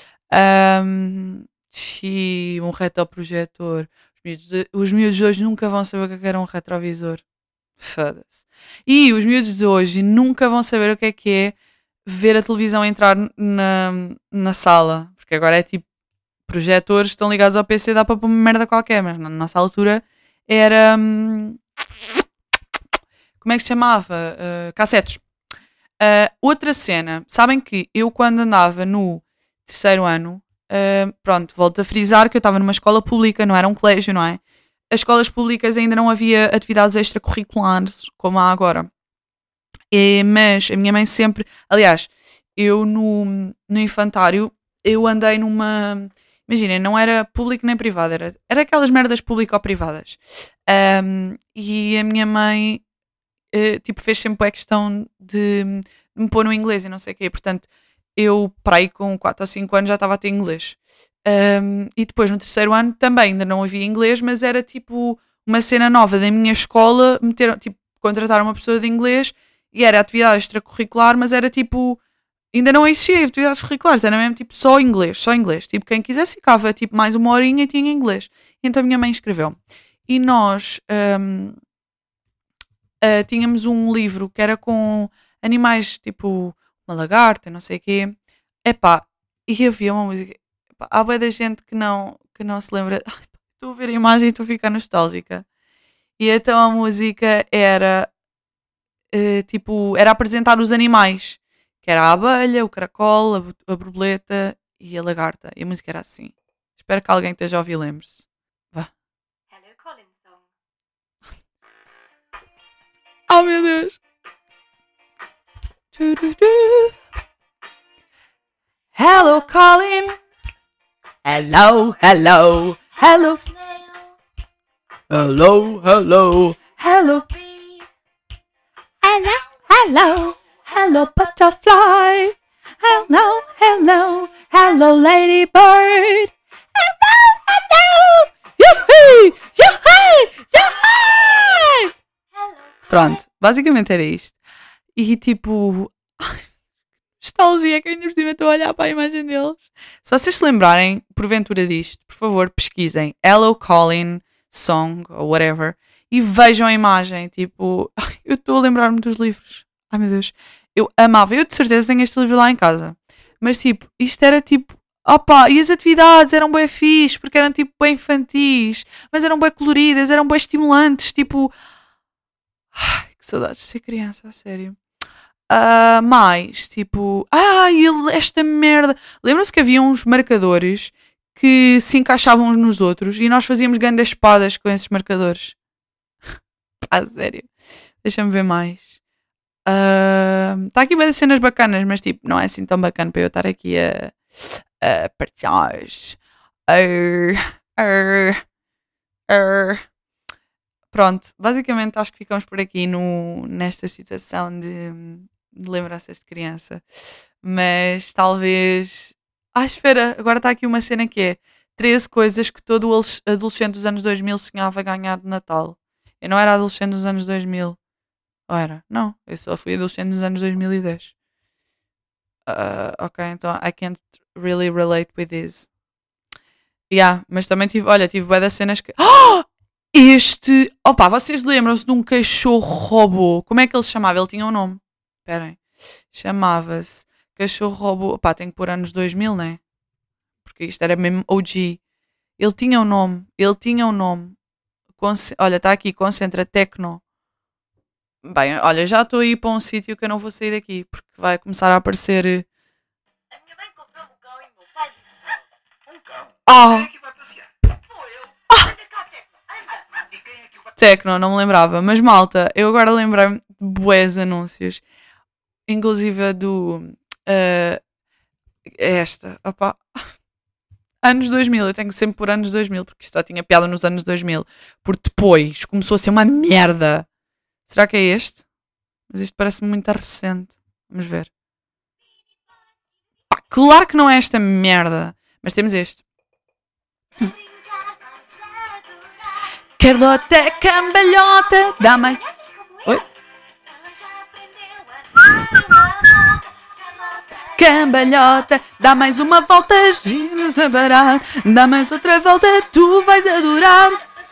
Um retroprojetor. Os miúdos de hoje nunca vão saber o que era um retrovisor. Foda-se. E os miúdos de hoje nunca vão saber o que é ver a televisão entrar na sala. Porque agora é tipo, projetores estão ligados ao PC, dá para pôr uma merda qualquer. Mas na nossa altura era... como é que se chamava? Cassetes. Outra cena. Sabem que eu quando andava no terceiro ano, pronto, volto a frisar que eu estava numa escola pública, não era um colégio, não é? As escolas públicas ainda não havia atividades extracurriculares como há agora. Mas a minha mãe sempre... Aliás, eu no infantário, eu andei numa... Imaginem, não era público nem privado, era aquelas merdas público-privadas. E a minha mãe tipo, fez sempre a questão de me pôr no inglês e não sei o quê. Portanto, eu, para aí com 4 ou 5 anos, já estava a ter inglês. E depois, no terceiro ano, também ainda não havia inglês, mas era tipo uma cena nova da minha escola, tipo, contratar uma pessoa de inglês e era atividade extracurricular, mas era tipo... Ainda não existia atividades curriculares, era mesmo tipo só inglês, só inglês. Tipo, quem quisesse ficava tipo mais uma horinha e tinha inglês. Então a minha mãe escreveu. E nós tínhamos um livro que era com animais, tipo uma lagarta, não sei o quê. Epá, e havia uma música. Epá, há bué da gente que não se lembra. Ai, estou a ver a imagem e estou a ficar nostálgica. E então a música era tipo, era apresentar os animais, que era a abelha, o caracol, a borboleta e a lagarta. E a música era assim. Espero que alguém esteja a ouvir, lembre-se. Vá. Hello, Colin song. Oh meu Deus! Hello, Colin! Hello, hello, hello, Snail. hello, hello, hello, Bee. hello, hello, hello, butterfly. Hello, hello, hello, ladybird. Hello, hello, yuhui, yuhui, yuhui. Hello, Pronto, basicamente era isto. E tipo, nostalgia que eu ainda por cima estou a olhar para a imagem deles. Se vocês se lembrarem, porventura disto, por favor, pesquisem Hello Colin Song ou whatever e vejam a imagem. Tipo, eu estou a lembrar-me dos livros. Ai meu Deus, eu amava. Eu de certeza tenho este livro lá em casa. Mas tipo, isto era tipo, opa, e as atividades eram bem fixe porque eram tipo bem infantis, mas eram bem coloridas, eram bem estimulantes. Tipo, ai, que saudades de ser criança, a sério. Mais, tipo, esta merda. Lembram-se que havia uns marcadores que se encaixavam uns nos outros e nós fazíamos grandes espadas com esses marcadores. Pá, sério. Deixa-me ver mais. Está aqui uma das cenas bacanas, mas tipo, não é assim tão bacana para eu estar aqui a partilhar. Pronto, basicamente acho que ficamos por aqui nesta situação de lembranças de criança. Mas talvez. Espera, agora está aqui uma cena que é 13 coisas que todo adolescente dos anos 2000 sonhava ganhar de Natal. Eu não era adolescente dos anos 2000. Ou era? Não, eu só fui adolescente nos anos 2010. Ok, então I can't really relate with this. Mas também tive bué das cenas que. Opa, vocês lembram-se de um cachorro robô? Como é que ele se chamava? Ele tinha um nome. Esperem. Chamava-se Cachorro Robô. Opá, tem que pôr anos 2000, né? Porque isto era mesmo OG. Ele tinha um nome. Olha, está aqui, concentra, Tecno. Bem, olha, já estou a ir para um sítio que eu não vou sair daqui. Porque vai começar a aparecer... A minha mãe comprou um cão e meu pai disse não. Um cão? Ah! Quem é que vai passear? Vou eu. Anda cá, Tecno, anda. E quem é que vai... Tecno, não me lembrava. Mas malta, eu agora lembrei-me de bués anúncios. Inclusive a do... esta. Opa. Anos 2000. Eu tenho sempre por anos 2000. Porque isto só tinha piada nos anos 2000. Porque depois começou a ser uma merda. Será que é este? Mas isto parece muito recente. Vamos ver. Pá, claro que não é esta merda. Mas temos este. Carlota cambalhota, dá mais. Oi? Cambalhota, dá mais uma volta, giras a parar. Dá mais outra volta, tu vais adorar.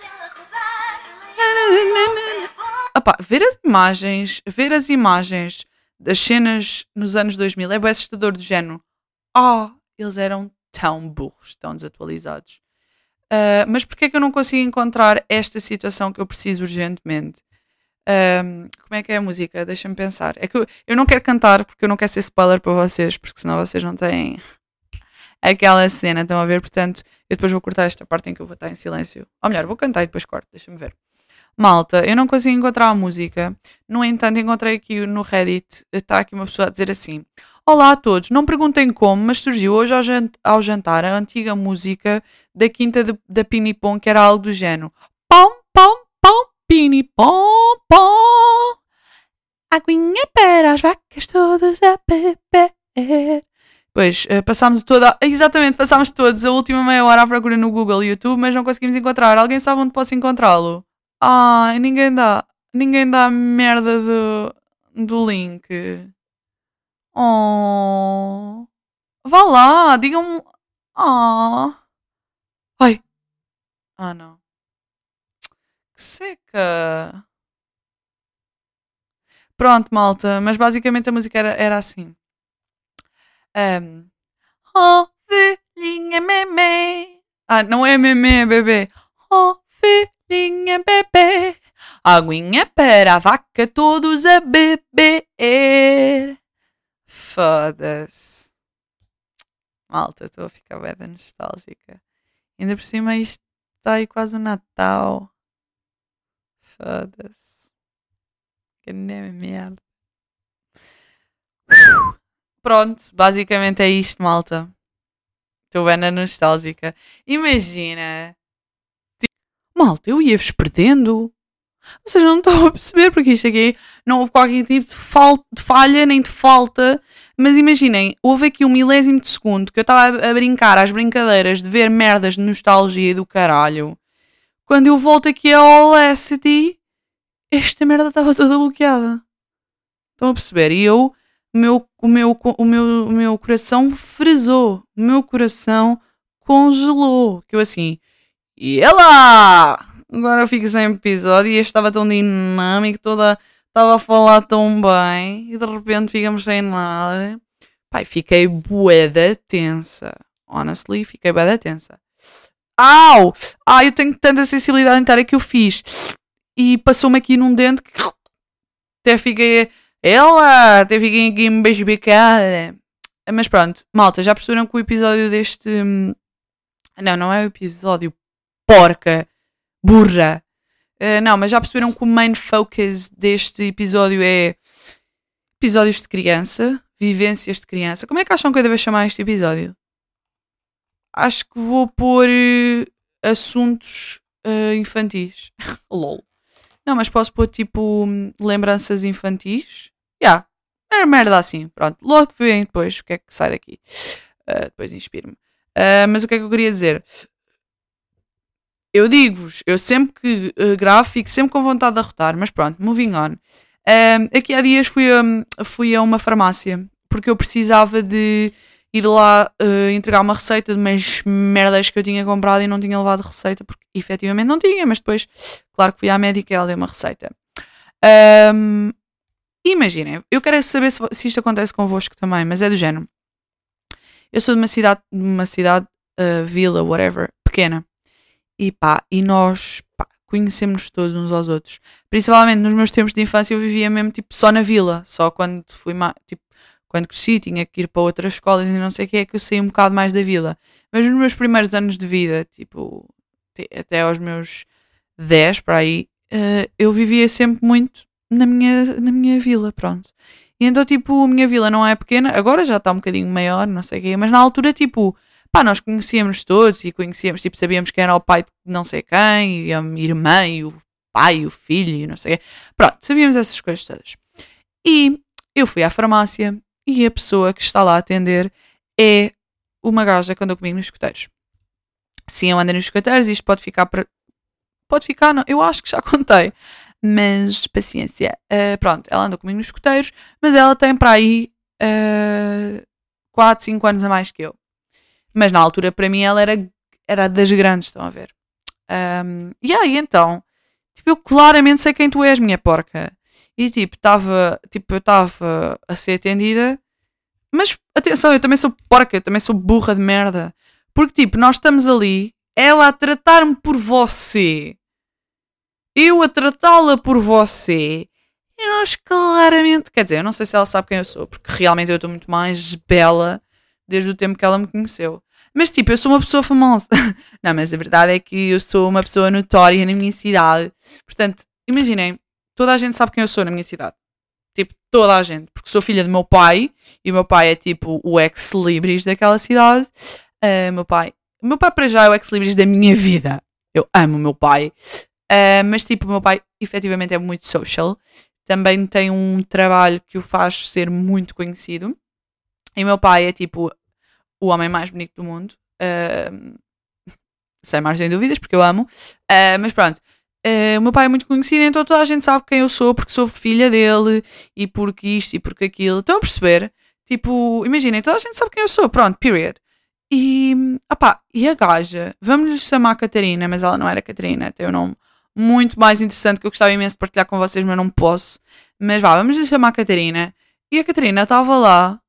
Opá, ver as imagens das cenas nos anos 2000 é bem assustador, do género. Eles eram tão burros, tão desatualizados. Mas porquê é que eu não consigo encontrar esta situação que eu preciso urgentemente? Como é que é a música? Deixa-me pensar. É que eu não quero cantar porque eu não quero ser spoiler para vocês, porque senão vocês não têm aquela cena, estão a ver? Portanto, eu depois vou cortar esta parte em que eu vou estar em silêncio. Ou melhor, vou cantar e depois corto, deixa-me ver. Malta, eu não consigo encontrar a música. No entanto, encontrei aqui no Reddit, está aqui uma pessoa a dizer assim: olá a todos, não perguntem como, mas surgiu hoje ao jantar a antiga música da quinta da Pinipom, que era algo do género: pom, pom, pom, Pinipom, pom, aguinha para as vacas todas a beber. Pois, passámos todos a última meia hora à procura no Google e YouTube, mas não conseguimos encontrar. Alguém sabe onde posso encontrá-lo? Ninguém dá a merda do link. Oh. Vá lá, digam-me. Oh. Ai. Não. Que seca. Pronto, malta. Mas basicamente a música era assim. Filhinha meme. Não é meme, é bebê. Filhinha bebê. Aguinha para a vaca todos a beber. Foda-se. Malta, estou a ficar bem nostálgica. Ainda por cima isto está aí quase o Natal. Foda-se. Que nem merda. Pronto, basicamente é isto, malta. Estou bem na nostálgica. Imagina. Malta, eu ia-vos perdendo. Vocês não estão a perceber, porque isto aqui não houve qualquer tipo de falha nem de falta. Mas imaginem, houve aqui um milésimo de segundo que eu estava a brincar às brincadeiras de ver merdas de nostalgia e do caralho. Quando eu volto aqui ao Audacity, esta merda estava toda bloqueada. Estão a perceber? E eu, o meu coração frisou. O meu coração congelou. Que eu assim, e ela! Agora eu fico sem episódio e este estava tão dinâmico, estava a falar tão bem e de repente ficamos sem nada. Pai, fiquei bué da tensa. Honestly, fiquei bué da tensa. Au! Eu tenho tanta sensibilidade dentária que eu fiz. E passou-me aqui num dente que até fiquei aqui embasbacada. Mas pronto, malta, já perceberam que o episódio deste... Não é o episódio porca, burra. Não, mas já perceberam que o main focus deste episódio é episódios de criança, vivências de criança. Como é que acham que eu devo chamar este episódio? Acho que vou pôr assuntos infantis. LOL. Não, mas posso pôr tipo lembranças infantis. É merda assim. Pronto, logo veem depois o que é que sai daqui. Depois inspiro-me. Mas o que é que eu queria dizer? Eu digo-vos, eu sempre que gravo fico sempre com vontade de arrotar, mas pronto, moving on. Aqui há dias fui a uma farmácia porque eu precisava de ir lá entregar uma receita de umas merdas que eu tinha comprado e não tinha levado receita, porque efetivamente não tinha, mas depois, claro que fui à médica e ela deu uma receita. Imaginem, eu quero saber se isto acontece convosco também, mas é do género. Eu sou de uma cidade, vila, whatever, pequena. E nós conhecemos-nos todos uns aos outros. Principalmente nos meus tempos de infância eu vivia mesmo tipo só na vila. Só quando fui quando cresci, tinha que ir para outras escolas e não sei o que é que eu saí um bocado mais da vila. Mas nos meus primeiros anos de vida, tipo, até aos meus 10 para aí, eu vivia sempre muito na minha vila, pronto. E então, tipo, a minha vila não é pequena, agora já está um bocadinho maior, não sei o quê, mas na altura, tipo, pá, nós conhecíamos todos e conhecíamos, tipo, sabíamos quem era o pai de não sei quem, e a irmã, e o pai, e o filho, e não sei o quê. Pronto, sabíamos essas coisas todas. E eu fui à farmácia e a pessoa que está lá a atender é uma gaja que andou comigo nos escuteiros. Sim, eu ando nos escuteiros e isto pode ficar para. Pode ficar, não, eu acho que já contei. Mas paciência. Pronto, ela andou comigo nos escuteiros, mas ela tem para aí 4, 5 anos a mais que eu. Mas na altura, para mim, ela era das grandes, estão a ver. E aí, então, tipo, eu claramente sei quem tu és, minha porca. E tipo, eu estava a ser atendida, mas atenção, eu também sou porca, eu também sou burra de merda. Porque tipo, nós estamos ali, ela a tratar-me por você, eu a tratá-la por você, e nós claramente, quer dizer, eu não sei se ela sabe quem eu sou, porque realmente eu estou muito mais bela desde o tempo que ela me conheceu. Mas tipo, eu sou uma pessoa famosa. Não, mas a verdade é que eu sou uma pessoa notória na minha cidade. Portanto, imaginem, toda a gente sabe quem eu sou na minha cidade. Tipo, toda a gente. Porque sou filha do meu pai, e o meu pai é tipo o ex-libris daquela cidade. O meu pai para já é o ex-libris da minha vida. Eu amo o meu pai. Mas tipo, o meu pai efetivamente é muito social. Também tem um trabalho que o faz ser muito conhecido. E o meu pai é tipo o homem mais bonito do mundo. Sem margem de dúvidas, porque eu amo. Mas pronto. O meu pai é muito conhecido, então toda a gente sabe quem eu sou, porque sou filha dele, e porque isto e porque aquilo. Estão a perceber? Tipo, imaginem, toda a gente sabe quem eu sou, pronto, period. E a gaja, vamos lhe chamar Catarina, mas ela não era Catarina, tem um nome muito mais interessante que eu gostava imenso de partilhar com vocês, mas não posso. Mas vá, vamos lhe chamar Catarina. E a Catarina estava lá,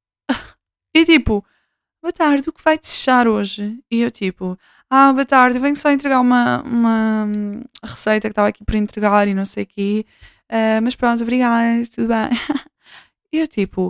e tipo, boa tarde, o que vai desechar hoje? E eu tipo, boa tarde, eu venho só entregar uma receita que estava aqui por entregar e não sei o quê. Mas pronto, obrigada, tudo bem. E eu tipo,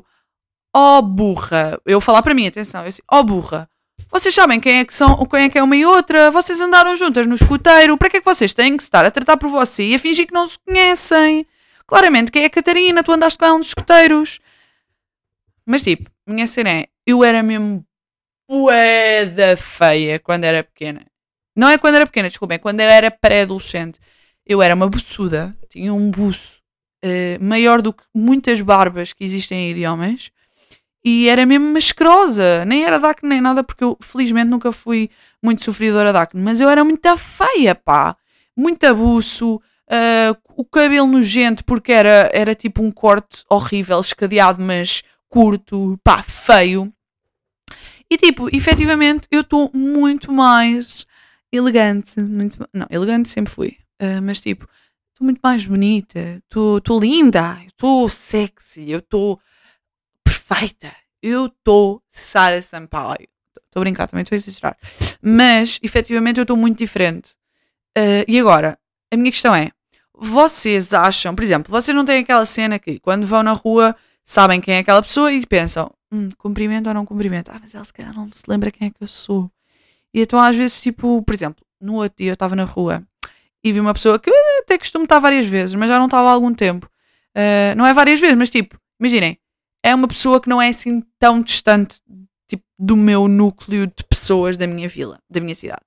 burra. Eu falar para mim, atenção, eu assim, burra. Vocês sabem quem é que é uma e outra? Vocês andaram juntas no escuteiro, para que é que vocês têm que se estar a tratar por você e a fingir que não se conhecem? Claramente, quem é a Catarina? Tu andaste com ela nos escuteiros. Mas tipo, minha cena é, eu era mesmo bué da feia quando era pequena. Não é quando era pequena, desculpem, quando eu era pré-adolescente. Eu era uma buçuda, tinha um buço maior do que muitas barbas que existem aí de homens. E era mesmo mascrosa, nem era de acne nem nada, porque eu felizmente nunca fui muito sofredora de acne. Mas eu era muito feia, pá. Muito abuso, o cabelo nojento, porque era tipo um corte horrível, escadeado, mas curto, pá, feio. E tipo, efetivamente, eu estou muito mais elegante. Não, elegante sempre fui. Mas tipo, estou muito mais bonita. Estou linda. Estou sexy. Eu estou perfeita. Eu estou Sara Sampaio. Estou a brincar, também estou a exagerar. Mas, efetivamente, eu estou muito diferente. E agora, a minha questão é, vocês acham, por exemplo, vocês não têm aquela cena que quando vão na rua sabem quem é aquela pessoa e pensam, cumprimento ou não cumprimento? Mas ela se calhar não se lembra quem é que eu sou. E então às vezes, tipo, por exemplo, no outro dia eu estava na rua e vi uma pessoa que eu até costumo estar várias vezes, mas já não estava há algum tempo. Não é várias vezes, mas tipo, imaginem, é uma pessoa que não é assim tão distante, tipo, do meu núcleo de pessoas da minha vila, da minha cidade.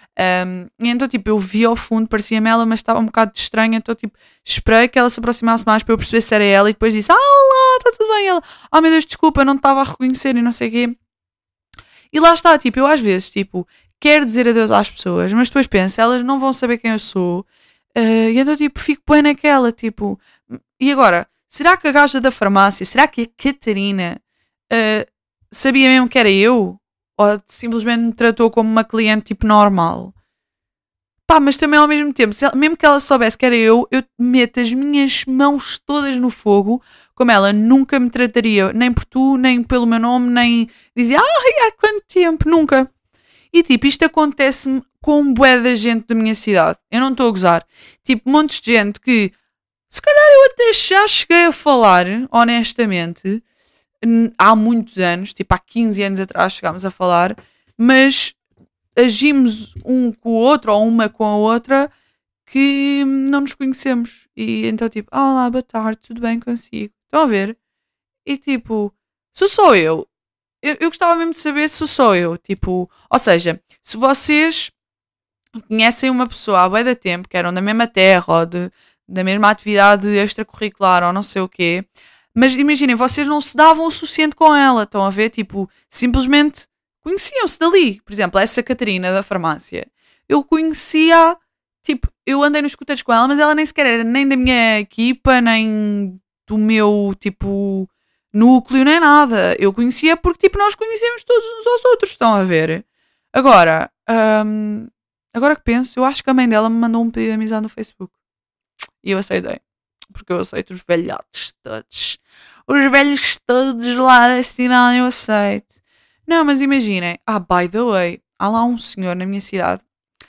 E então, tipo, eu vi ao fundo, parecia-me ela, mas estava um bocado estranha, então, tipo, esperei que ela se aproximasse mais para eu perceber se era ela e depois disse, olá, está tudo bem? Ela, meu Deus, desculpa, não te estava a reconhecer e não sei o quê. E lá está, tipo, eu às vezes, tipo, quero dizer adeus às pessoas, mas depois penso, elas não vão saber quem eu sou, e então, tipo, fico bem naquela, tipo, e agora, será que a gaja da farmácia, será que a Catarina sabia mesmo que era eu? Ou simplesmente me tratou como uma cliente tipo normal? Pá, mas também ao mesmo tempo, mesmo que ela soubesse que era eu meto as minhas mãos todas no fogo, como ela nunca me trataria, nem por tu, nem pelo meu nome, nem dizia, há quanto tempo, nunca. E tipo, isto acontece-me com um bué da gente da minha cidade. Eu não estou a gozar. Tipo, montes de gente que, se calhar eu até já cheguei a falar, honestamente, há muitos anos, tipo há 15 anos atrás chegámos a falar, mas agimos um com o outro ou uma com a outra que não nos conhecemos. E então tipo, olá, boa tarde, tudo bem consigo? Estão a ver? E tipo, se sou eu gostava mesmo de saber se sou eu. Tipo, ou seja, se vocês conhecem uma pessoa há bué de tempo, que eram da mesma terra ou da mesma atividade extracurricular ou não sei o quê, mas imaginem, vocês não se davam o suficiente com ela, estão a ver? Tipo, simplesmente conheciam-se dali. Por exemplo, essa Catarina da farmácia, eu conhecia, tipo, eu andei nos escuteiros com ela, mas ela nem sequer era nem da minha equipa, nem do meu, tipo, núcleo, nem nada. Eu conhecia porque, tipo, nós conhecemos todos uns aos outros, estão a ver? Agora, agora que penso, eu acho que a mãe dela me mandou um pedido de amizade no Facebook. E eu aceitei. Porque eu aceito os velhotes todos. Os velhos todos lá da cidade eu aceito. Não, mas imaginem. By the way, há lá um senhor na minha cidade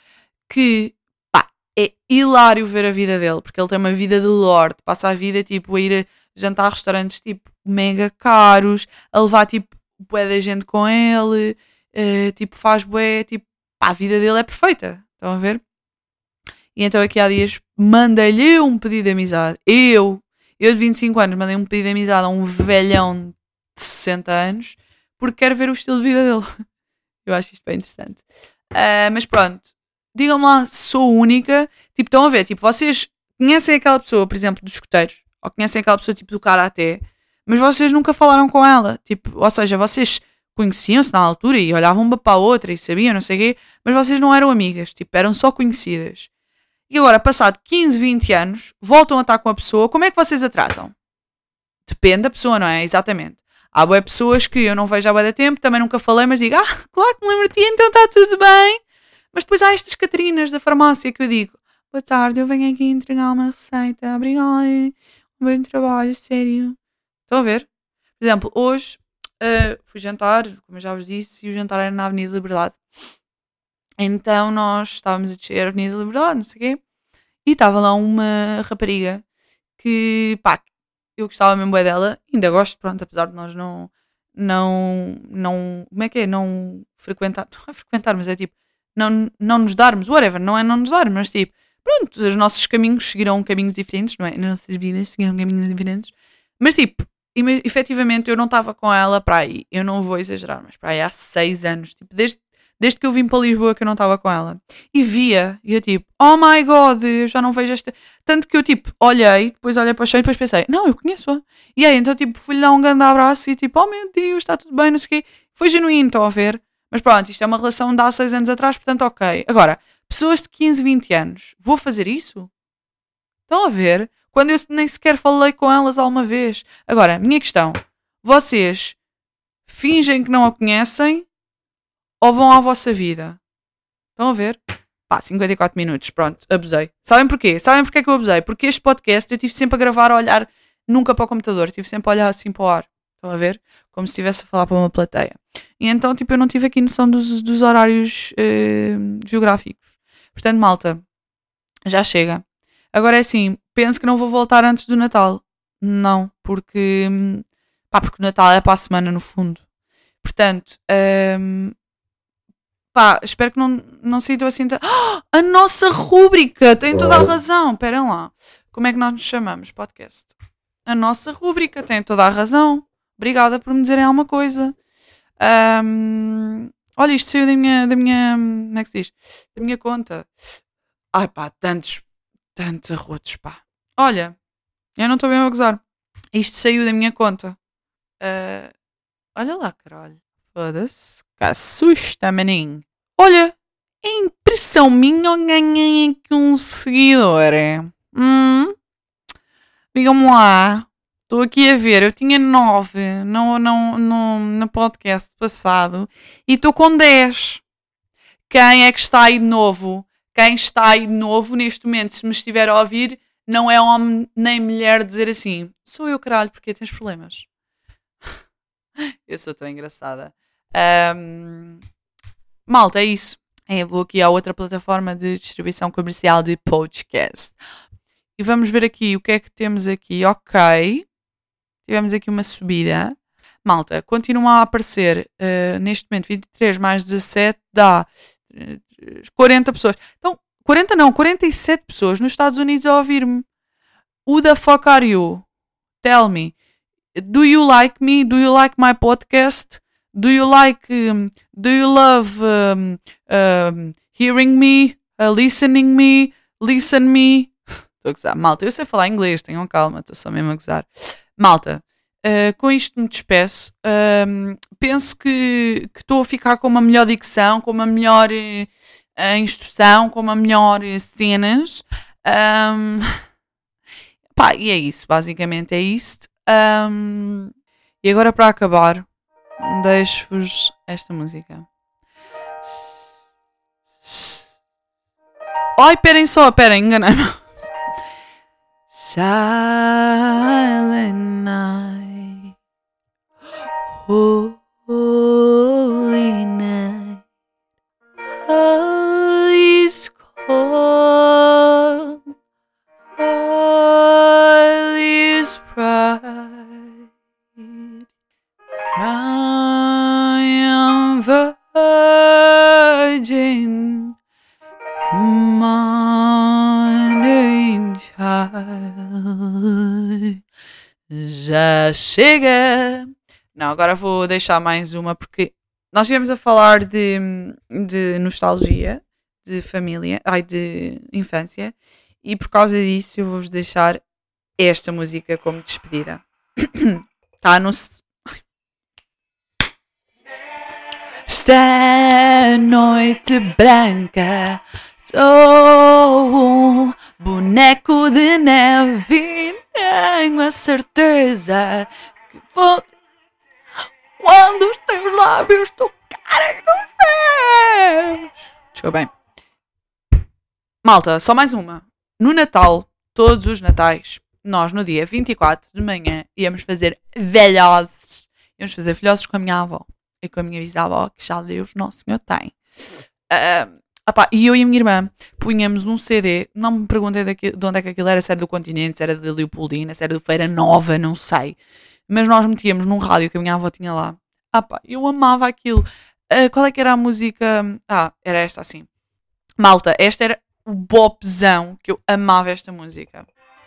que, pá, é hilário ver a vida dele. Porque ele tem uma vida de lorde. Passa a vida, tipo, a ir a jantar a restaurantes, tipo, mega caros. A levar, tipo, bué da gente com ele. Tipo, faz bué, tipo, pá, a vida dele é perfeita. Estão a ver? E então aqui há dias mandei-lhe um pedido de amizade. Eu de 25 anos mandei um pedido de amizade a um velhão de 60 anos porque quero ver o estilo de vida dele. Eu acho isto bem interessante. Mas pronto, digam-me lá se sou única. Tipo, estão a ver, tipo, vocês conhecem aquela pessoa, por exemplo, dos escuteiros, ou conhecem aquela pessoa tipo do karaté, mas vocês nunca falaram com ela. Tipo, ou seja, vocês conheciam-se na altura e olhavam uma para a outra e sabiam, não sei o quê, mas vocês não eram amigas, tipo, eram só conhecidas. E agora, passado 15, 20 anos, voltam a estar com a pessoa, como é que vocês a tratam? Depende da pessoa, não é? Exatamente. Há boas pessoas que eu não vejo há bué de tempo, também nunca falei, mas digo, claro que me lembro de ti, então está tudo bem. Mas depois há estas Catarinas da farmácia que eu digo, boa tarde, eu venho aqui entregar uma receita, obrigada, um bom trabalho, sério. Estão a ver? Por exemplo, hoje fui jantar, como eu já vos disse, e o jantar era na Avenida Liberdade. Então nós estávamos a descer a Avenida Liberdade, não sei o quê, e estava lá uma rapariga que, pá, eu gostava mesmo bué dela, ainda gosto, pronto, apesar de nós não, como é que é? Não frequentar, não é frequentar, mas é tipo, não nos darmos, whatever, não é não nos darmos, mas tipo, pronto, os nossos caminhos seguiram caminhos diferentes, não é? As nossas vidas seguiram caminhos diferentes, mas tipo, efetivamente eu não estava com ela para aí, eu não vou exagerar, mas para aí há 6 anos, tipo, desde que eu vim para Lisboa que eu não estava com ela. E via, e eu tipo, oh my god, eu já não vejo esta. Tanto que eu tipo, olhei, depois olhei para o chão e depois pensei, não, eu conheço-a. E aí, então tipo, fui-lhe dar um grande abraço e tipo, oh meu Deus, está tudo bem, não sei o quê. Foi genuíno, estão a ver? Mas pronto, isto é uma relação de há 6 anos atrás, portanto ok. Agora, pessoas de 15, 20 anos, vou fazer isso? Estão a ver? Quando eu nem sequer falei com elas alguma vez. Agora, minha questão, vocês fingem que não a conhecem ou vão à vossa vida? Estão a ver? Pá, 54 minutos, pronto, abusei. Sabem porquê? Sabem porquê que eu abusei? Porque este podcast eu tive sempre a gravar a olhar nunca para o computador, tive sempre a olhar assim para o ar. Estão a ver? Como se estivesse a falar para uma plateia. E então, tipo, eu não tive aqui noção dos horários geográficos. Portanto, malta, já chega. Agora é assim, penso que não vou voltar antes do Natal. Não, porque porque o Natal é para a semana no fundo. Portanto, pá, espero que não sintam assim. A nossa rúbrica tem toda a razão. Esperem lá. Como é que nós nos chamamos? Podcast. A nossa rúbrica tem toda a razão. Obrigada por me dizerem alguma coisa. Olha, isto saiu da minha. Como é que se diz? Da minha conta. Ai pá, tantos arrotos, pá. Olha, eu não estou bem a gozar. Isto saiu da minha conta. Olha lá, caralho. Foda-se. Que assusta, maninho. Olha, é impressão minha ou ganhei aqui um seguidor? Digam-me lá. Estou aqui a ver. Eu tinha 9 no podcast passado e estou com 10. Quem é que está aí de novo? Quem está aí de novo neste momento, se me estiver a ouvir, não é homem nem mulher dizer assim: sou eu, caralho, porque tens problemas. Eu sou tão engraçada. Malta, é isso. Vou aqui à outra plataforma de distribuição comercial de podcast. E vamos ver aqui o que é que temos aqui. Ok. Tivemos aqui uma subida. Malta, continua a aparecer neste momento 23 mais 17 dá 40 pessoas. Então, 40 não, 47 pessoas nos Estados Unidos a ouvir-me. Who the fuck are you? Tell me. Do you like me? Do you like my podcast? Do you love hearing me? Listening me? Listen me? Estou a gozar. Malta, eu sei falar inglês, tenham calma, estou só mesmo a gozar. Malta, com isto me despeço. Penso que estou a ficar com uma melhor dicção, com uma melhor instrução, com uma melhor cenas. Pá, e é isso, basicamente é isto. E agora para acabar, deixo-vos esta música. Ai, esperem, enganei-me. Silent night, holy night, all is calm, all is bright, I am virgin, morning child, já chega. Não, agora vou deixar mais uma porque nós viemos a falar de nostalgia, de família, de infância, e por causa disso eu vou-vos deixar esta música como despedida. Tá no... Esta noite branca sou um boneco de neve, tenho a certeza que vou quando os teus lábios tocarem nos meus. Desculpa bem. Malta, só mais uma. No Natal, todos os Natais, nós no dia 24 de manhã íamos fazer velhozes. Íamos fazer velhozes com a minha avó e com a minha bisavó, que já Deus Nosso Senhor tem. E eu e a minha irmã punhamos um CD, não me perguntei de onde é que aquilo era, se era do Continente, se era de Leopoldina, se era do Feira Nova, não sei. Mas nós metíamos num rádio que a minha avó tinha lá. Eu amava aquilo. Qual é que era a música? Era esta assim. Malta, esta era o bopzão que eu amava esta música.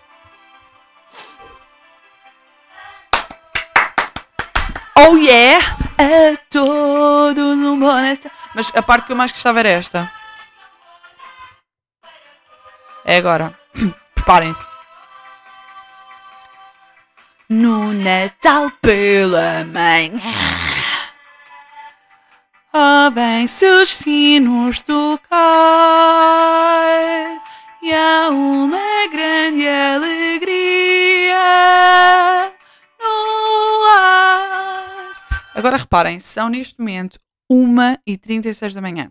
Oh yeah! A todos um bom Natal. Mas a parte que eu mais gostava era esta. É agora. Preparem-se. No Natal pela manhã, ouvem-se os sinos tocar e há uma grande alegria no ar. Agora reparem, são neste momento 1h36 da manhã.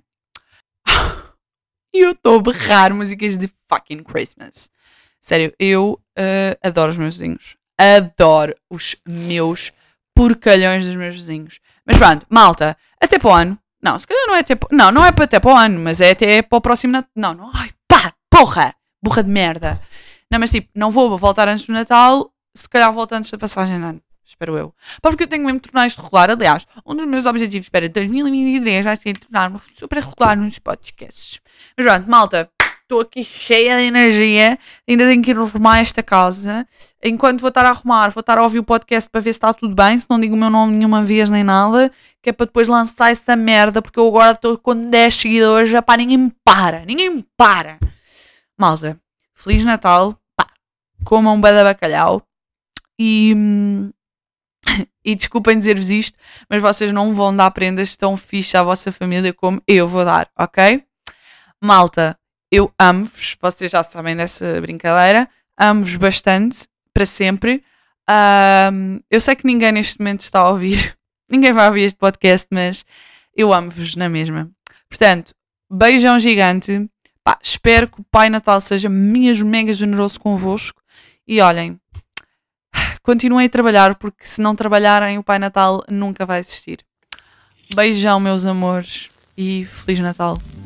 E eu estou a berrar músicas de fucking Christmas. Sério, eu adoro os meus vizinhos. Adoro os meus porcalhões dos meus vizinhos. Mas pronto, malta, até para o ano. Não, se calhar não é até para... Não é para até para o ano, mas é até para o próximo Natal. Não. Ai, pá, porra! Burra de merda. Não, mas tipo, não vou voltar antes do Natal. Se calhar volto antes da passagem de ano. Espero eu. Porque eu tenho mesmo de tornar isto regular. Aliás, um dos meus objetivos para 2023 vai ser tornar-me super regular nos podcasts. Mas pronto, malta, estou aqui cheia de energia. Ainda tenho que ir arrumar esta casa. Enquanto vou estar a arrumar, vou estar a ouvir o podcast para ver se está tudo bem. Se não digo o meu nome nenhuma vez nem nada. Que é para depois lançar essa merda. Porque eu agora estou com 10 seguidores. Já pá, ninguém me para. Malta, Feliz Natal. Pá, comam um bué de bacalhau. E desculpem dizer-vos isto, mas vocês não vão dar prendas tão fixe à vossa família como eu vou dar, ok? Malta, eu amo-vos, vocês já sabem dessa brincadeira, amo-vos bastante, para sempre. Eu sei que ninguém neste momento está a ouvir, ninguém vai ouvir este podcast, mas eu amo-vos na mesma. Portanto, beijão gigante, pá, espero que o Pai Natal seja mesmo mega generoso convosco e olhem, continuem a trabalhar, porque se não trabalharem, o Pai Natal nunca vai existir. Beijão, meus amores, e Feliz Natal.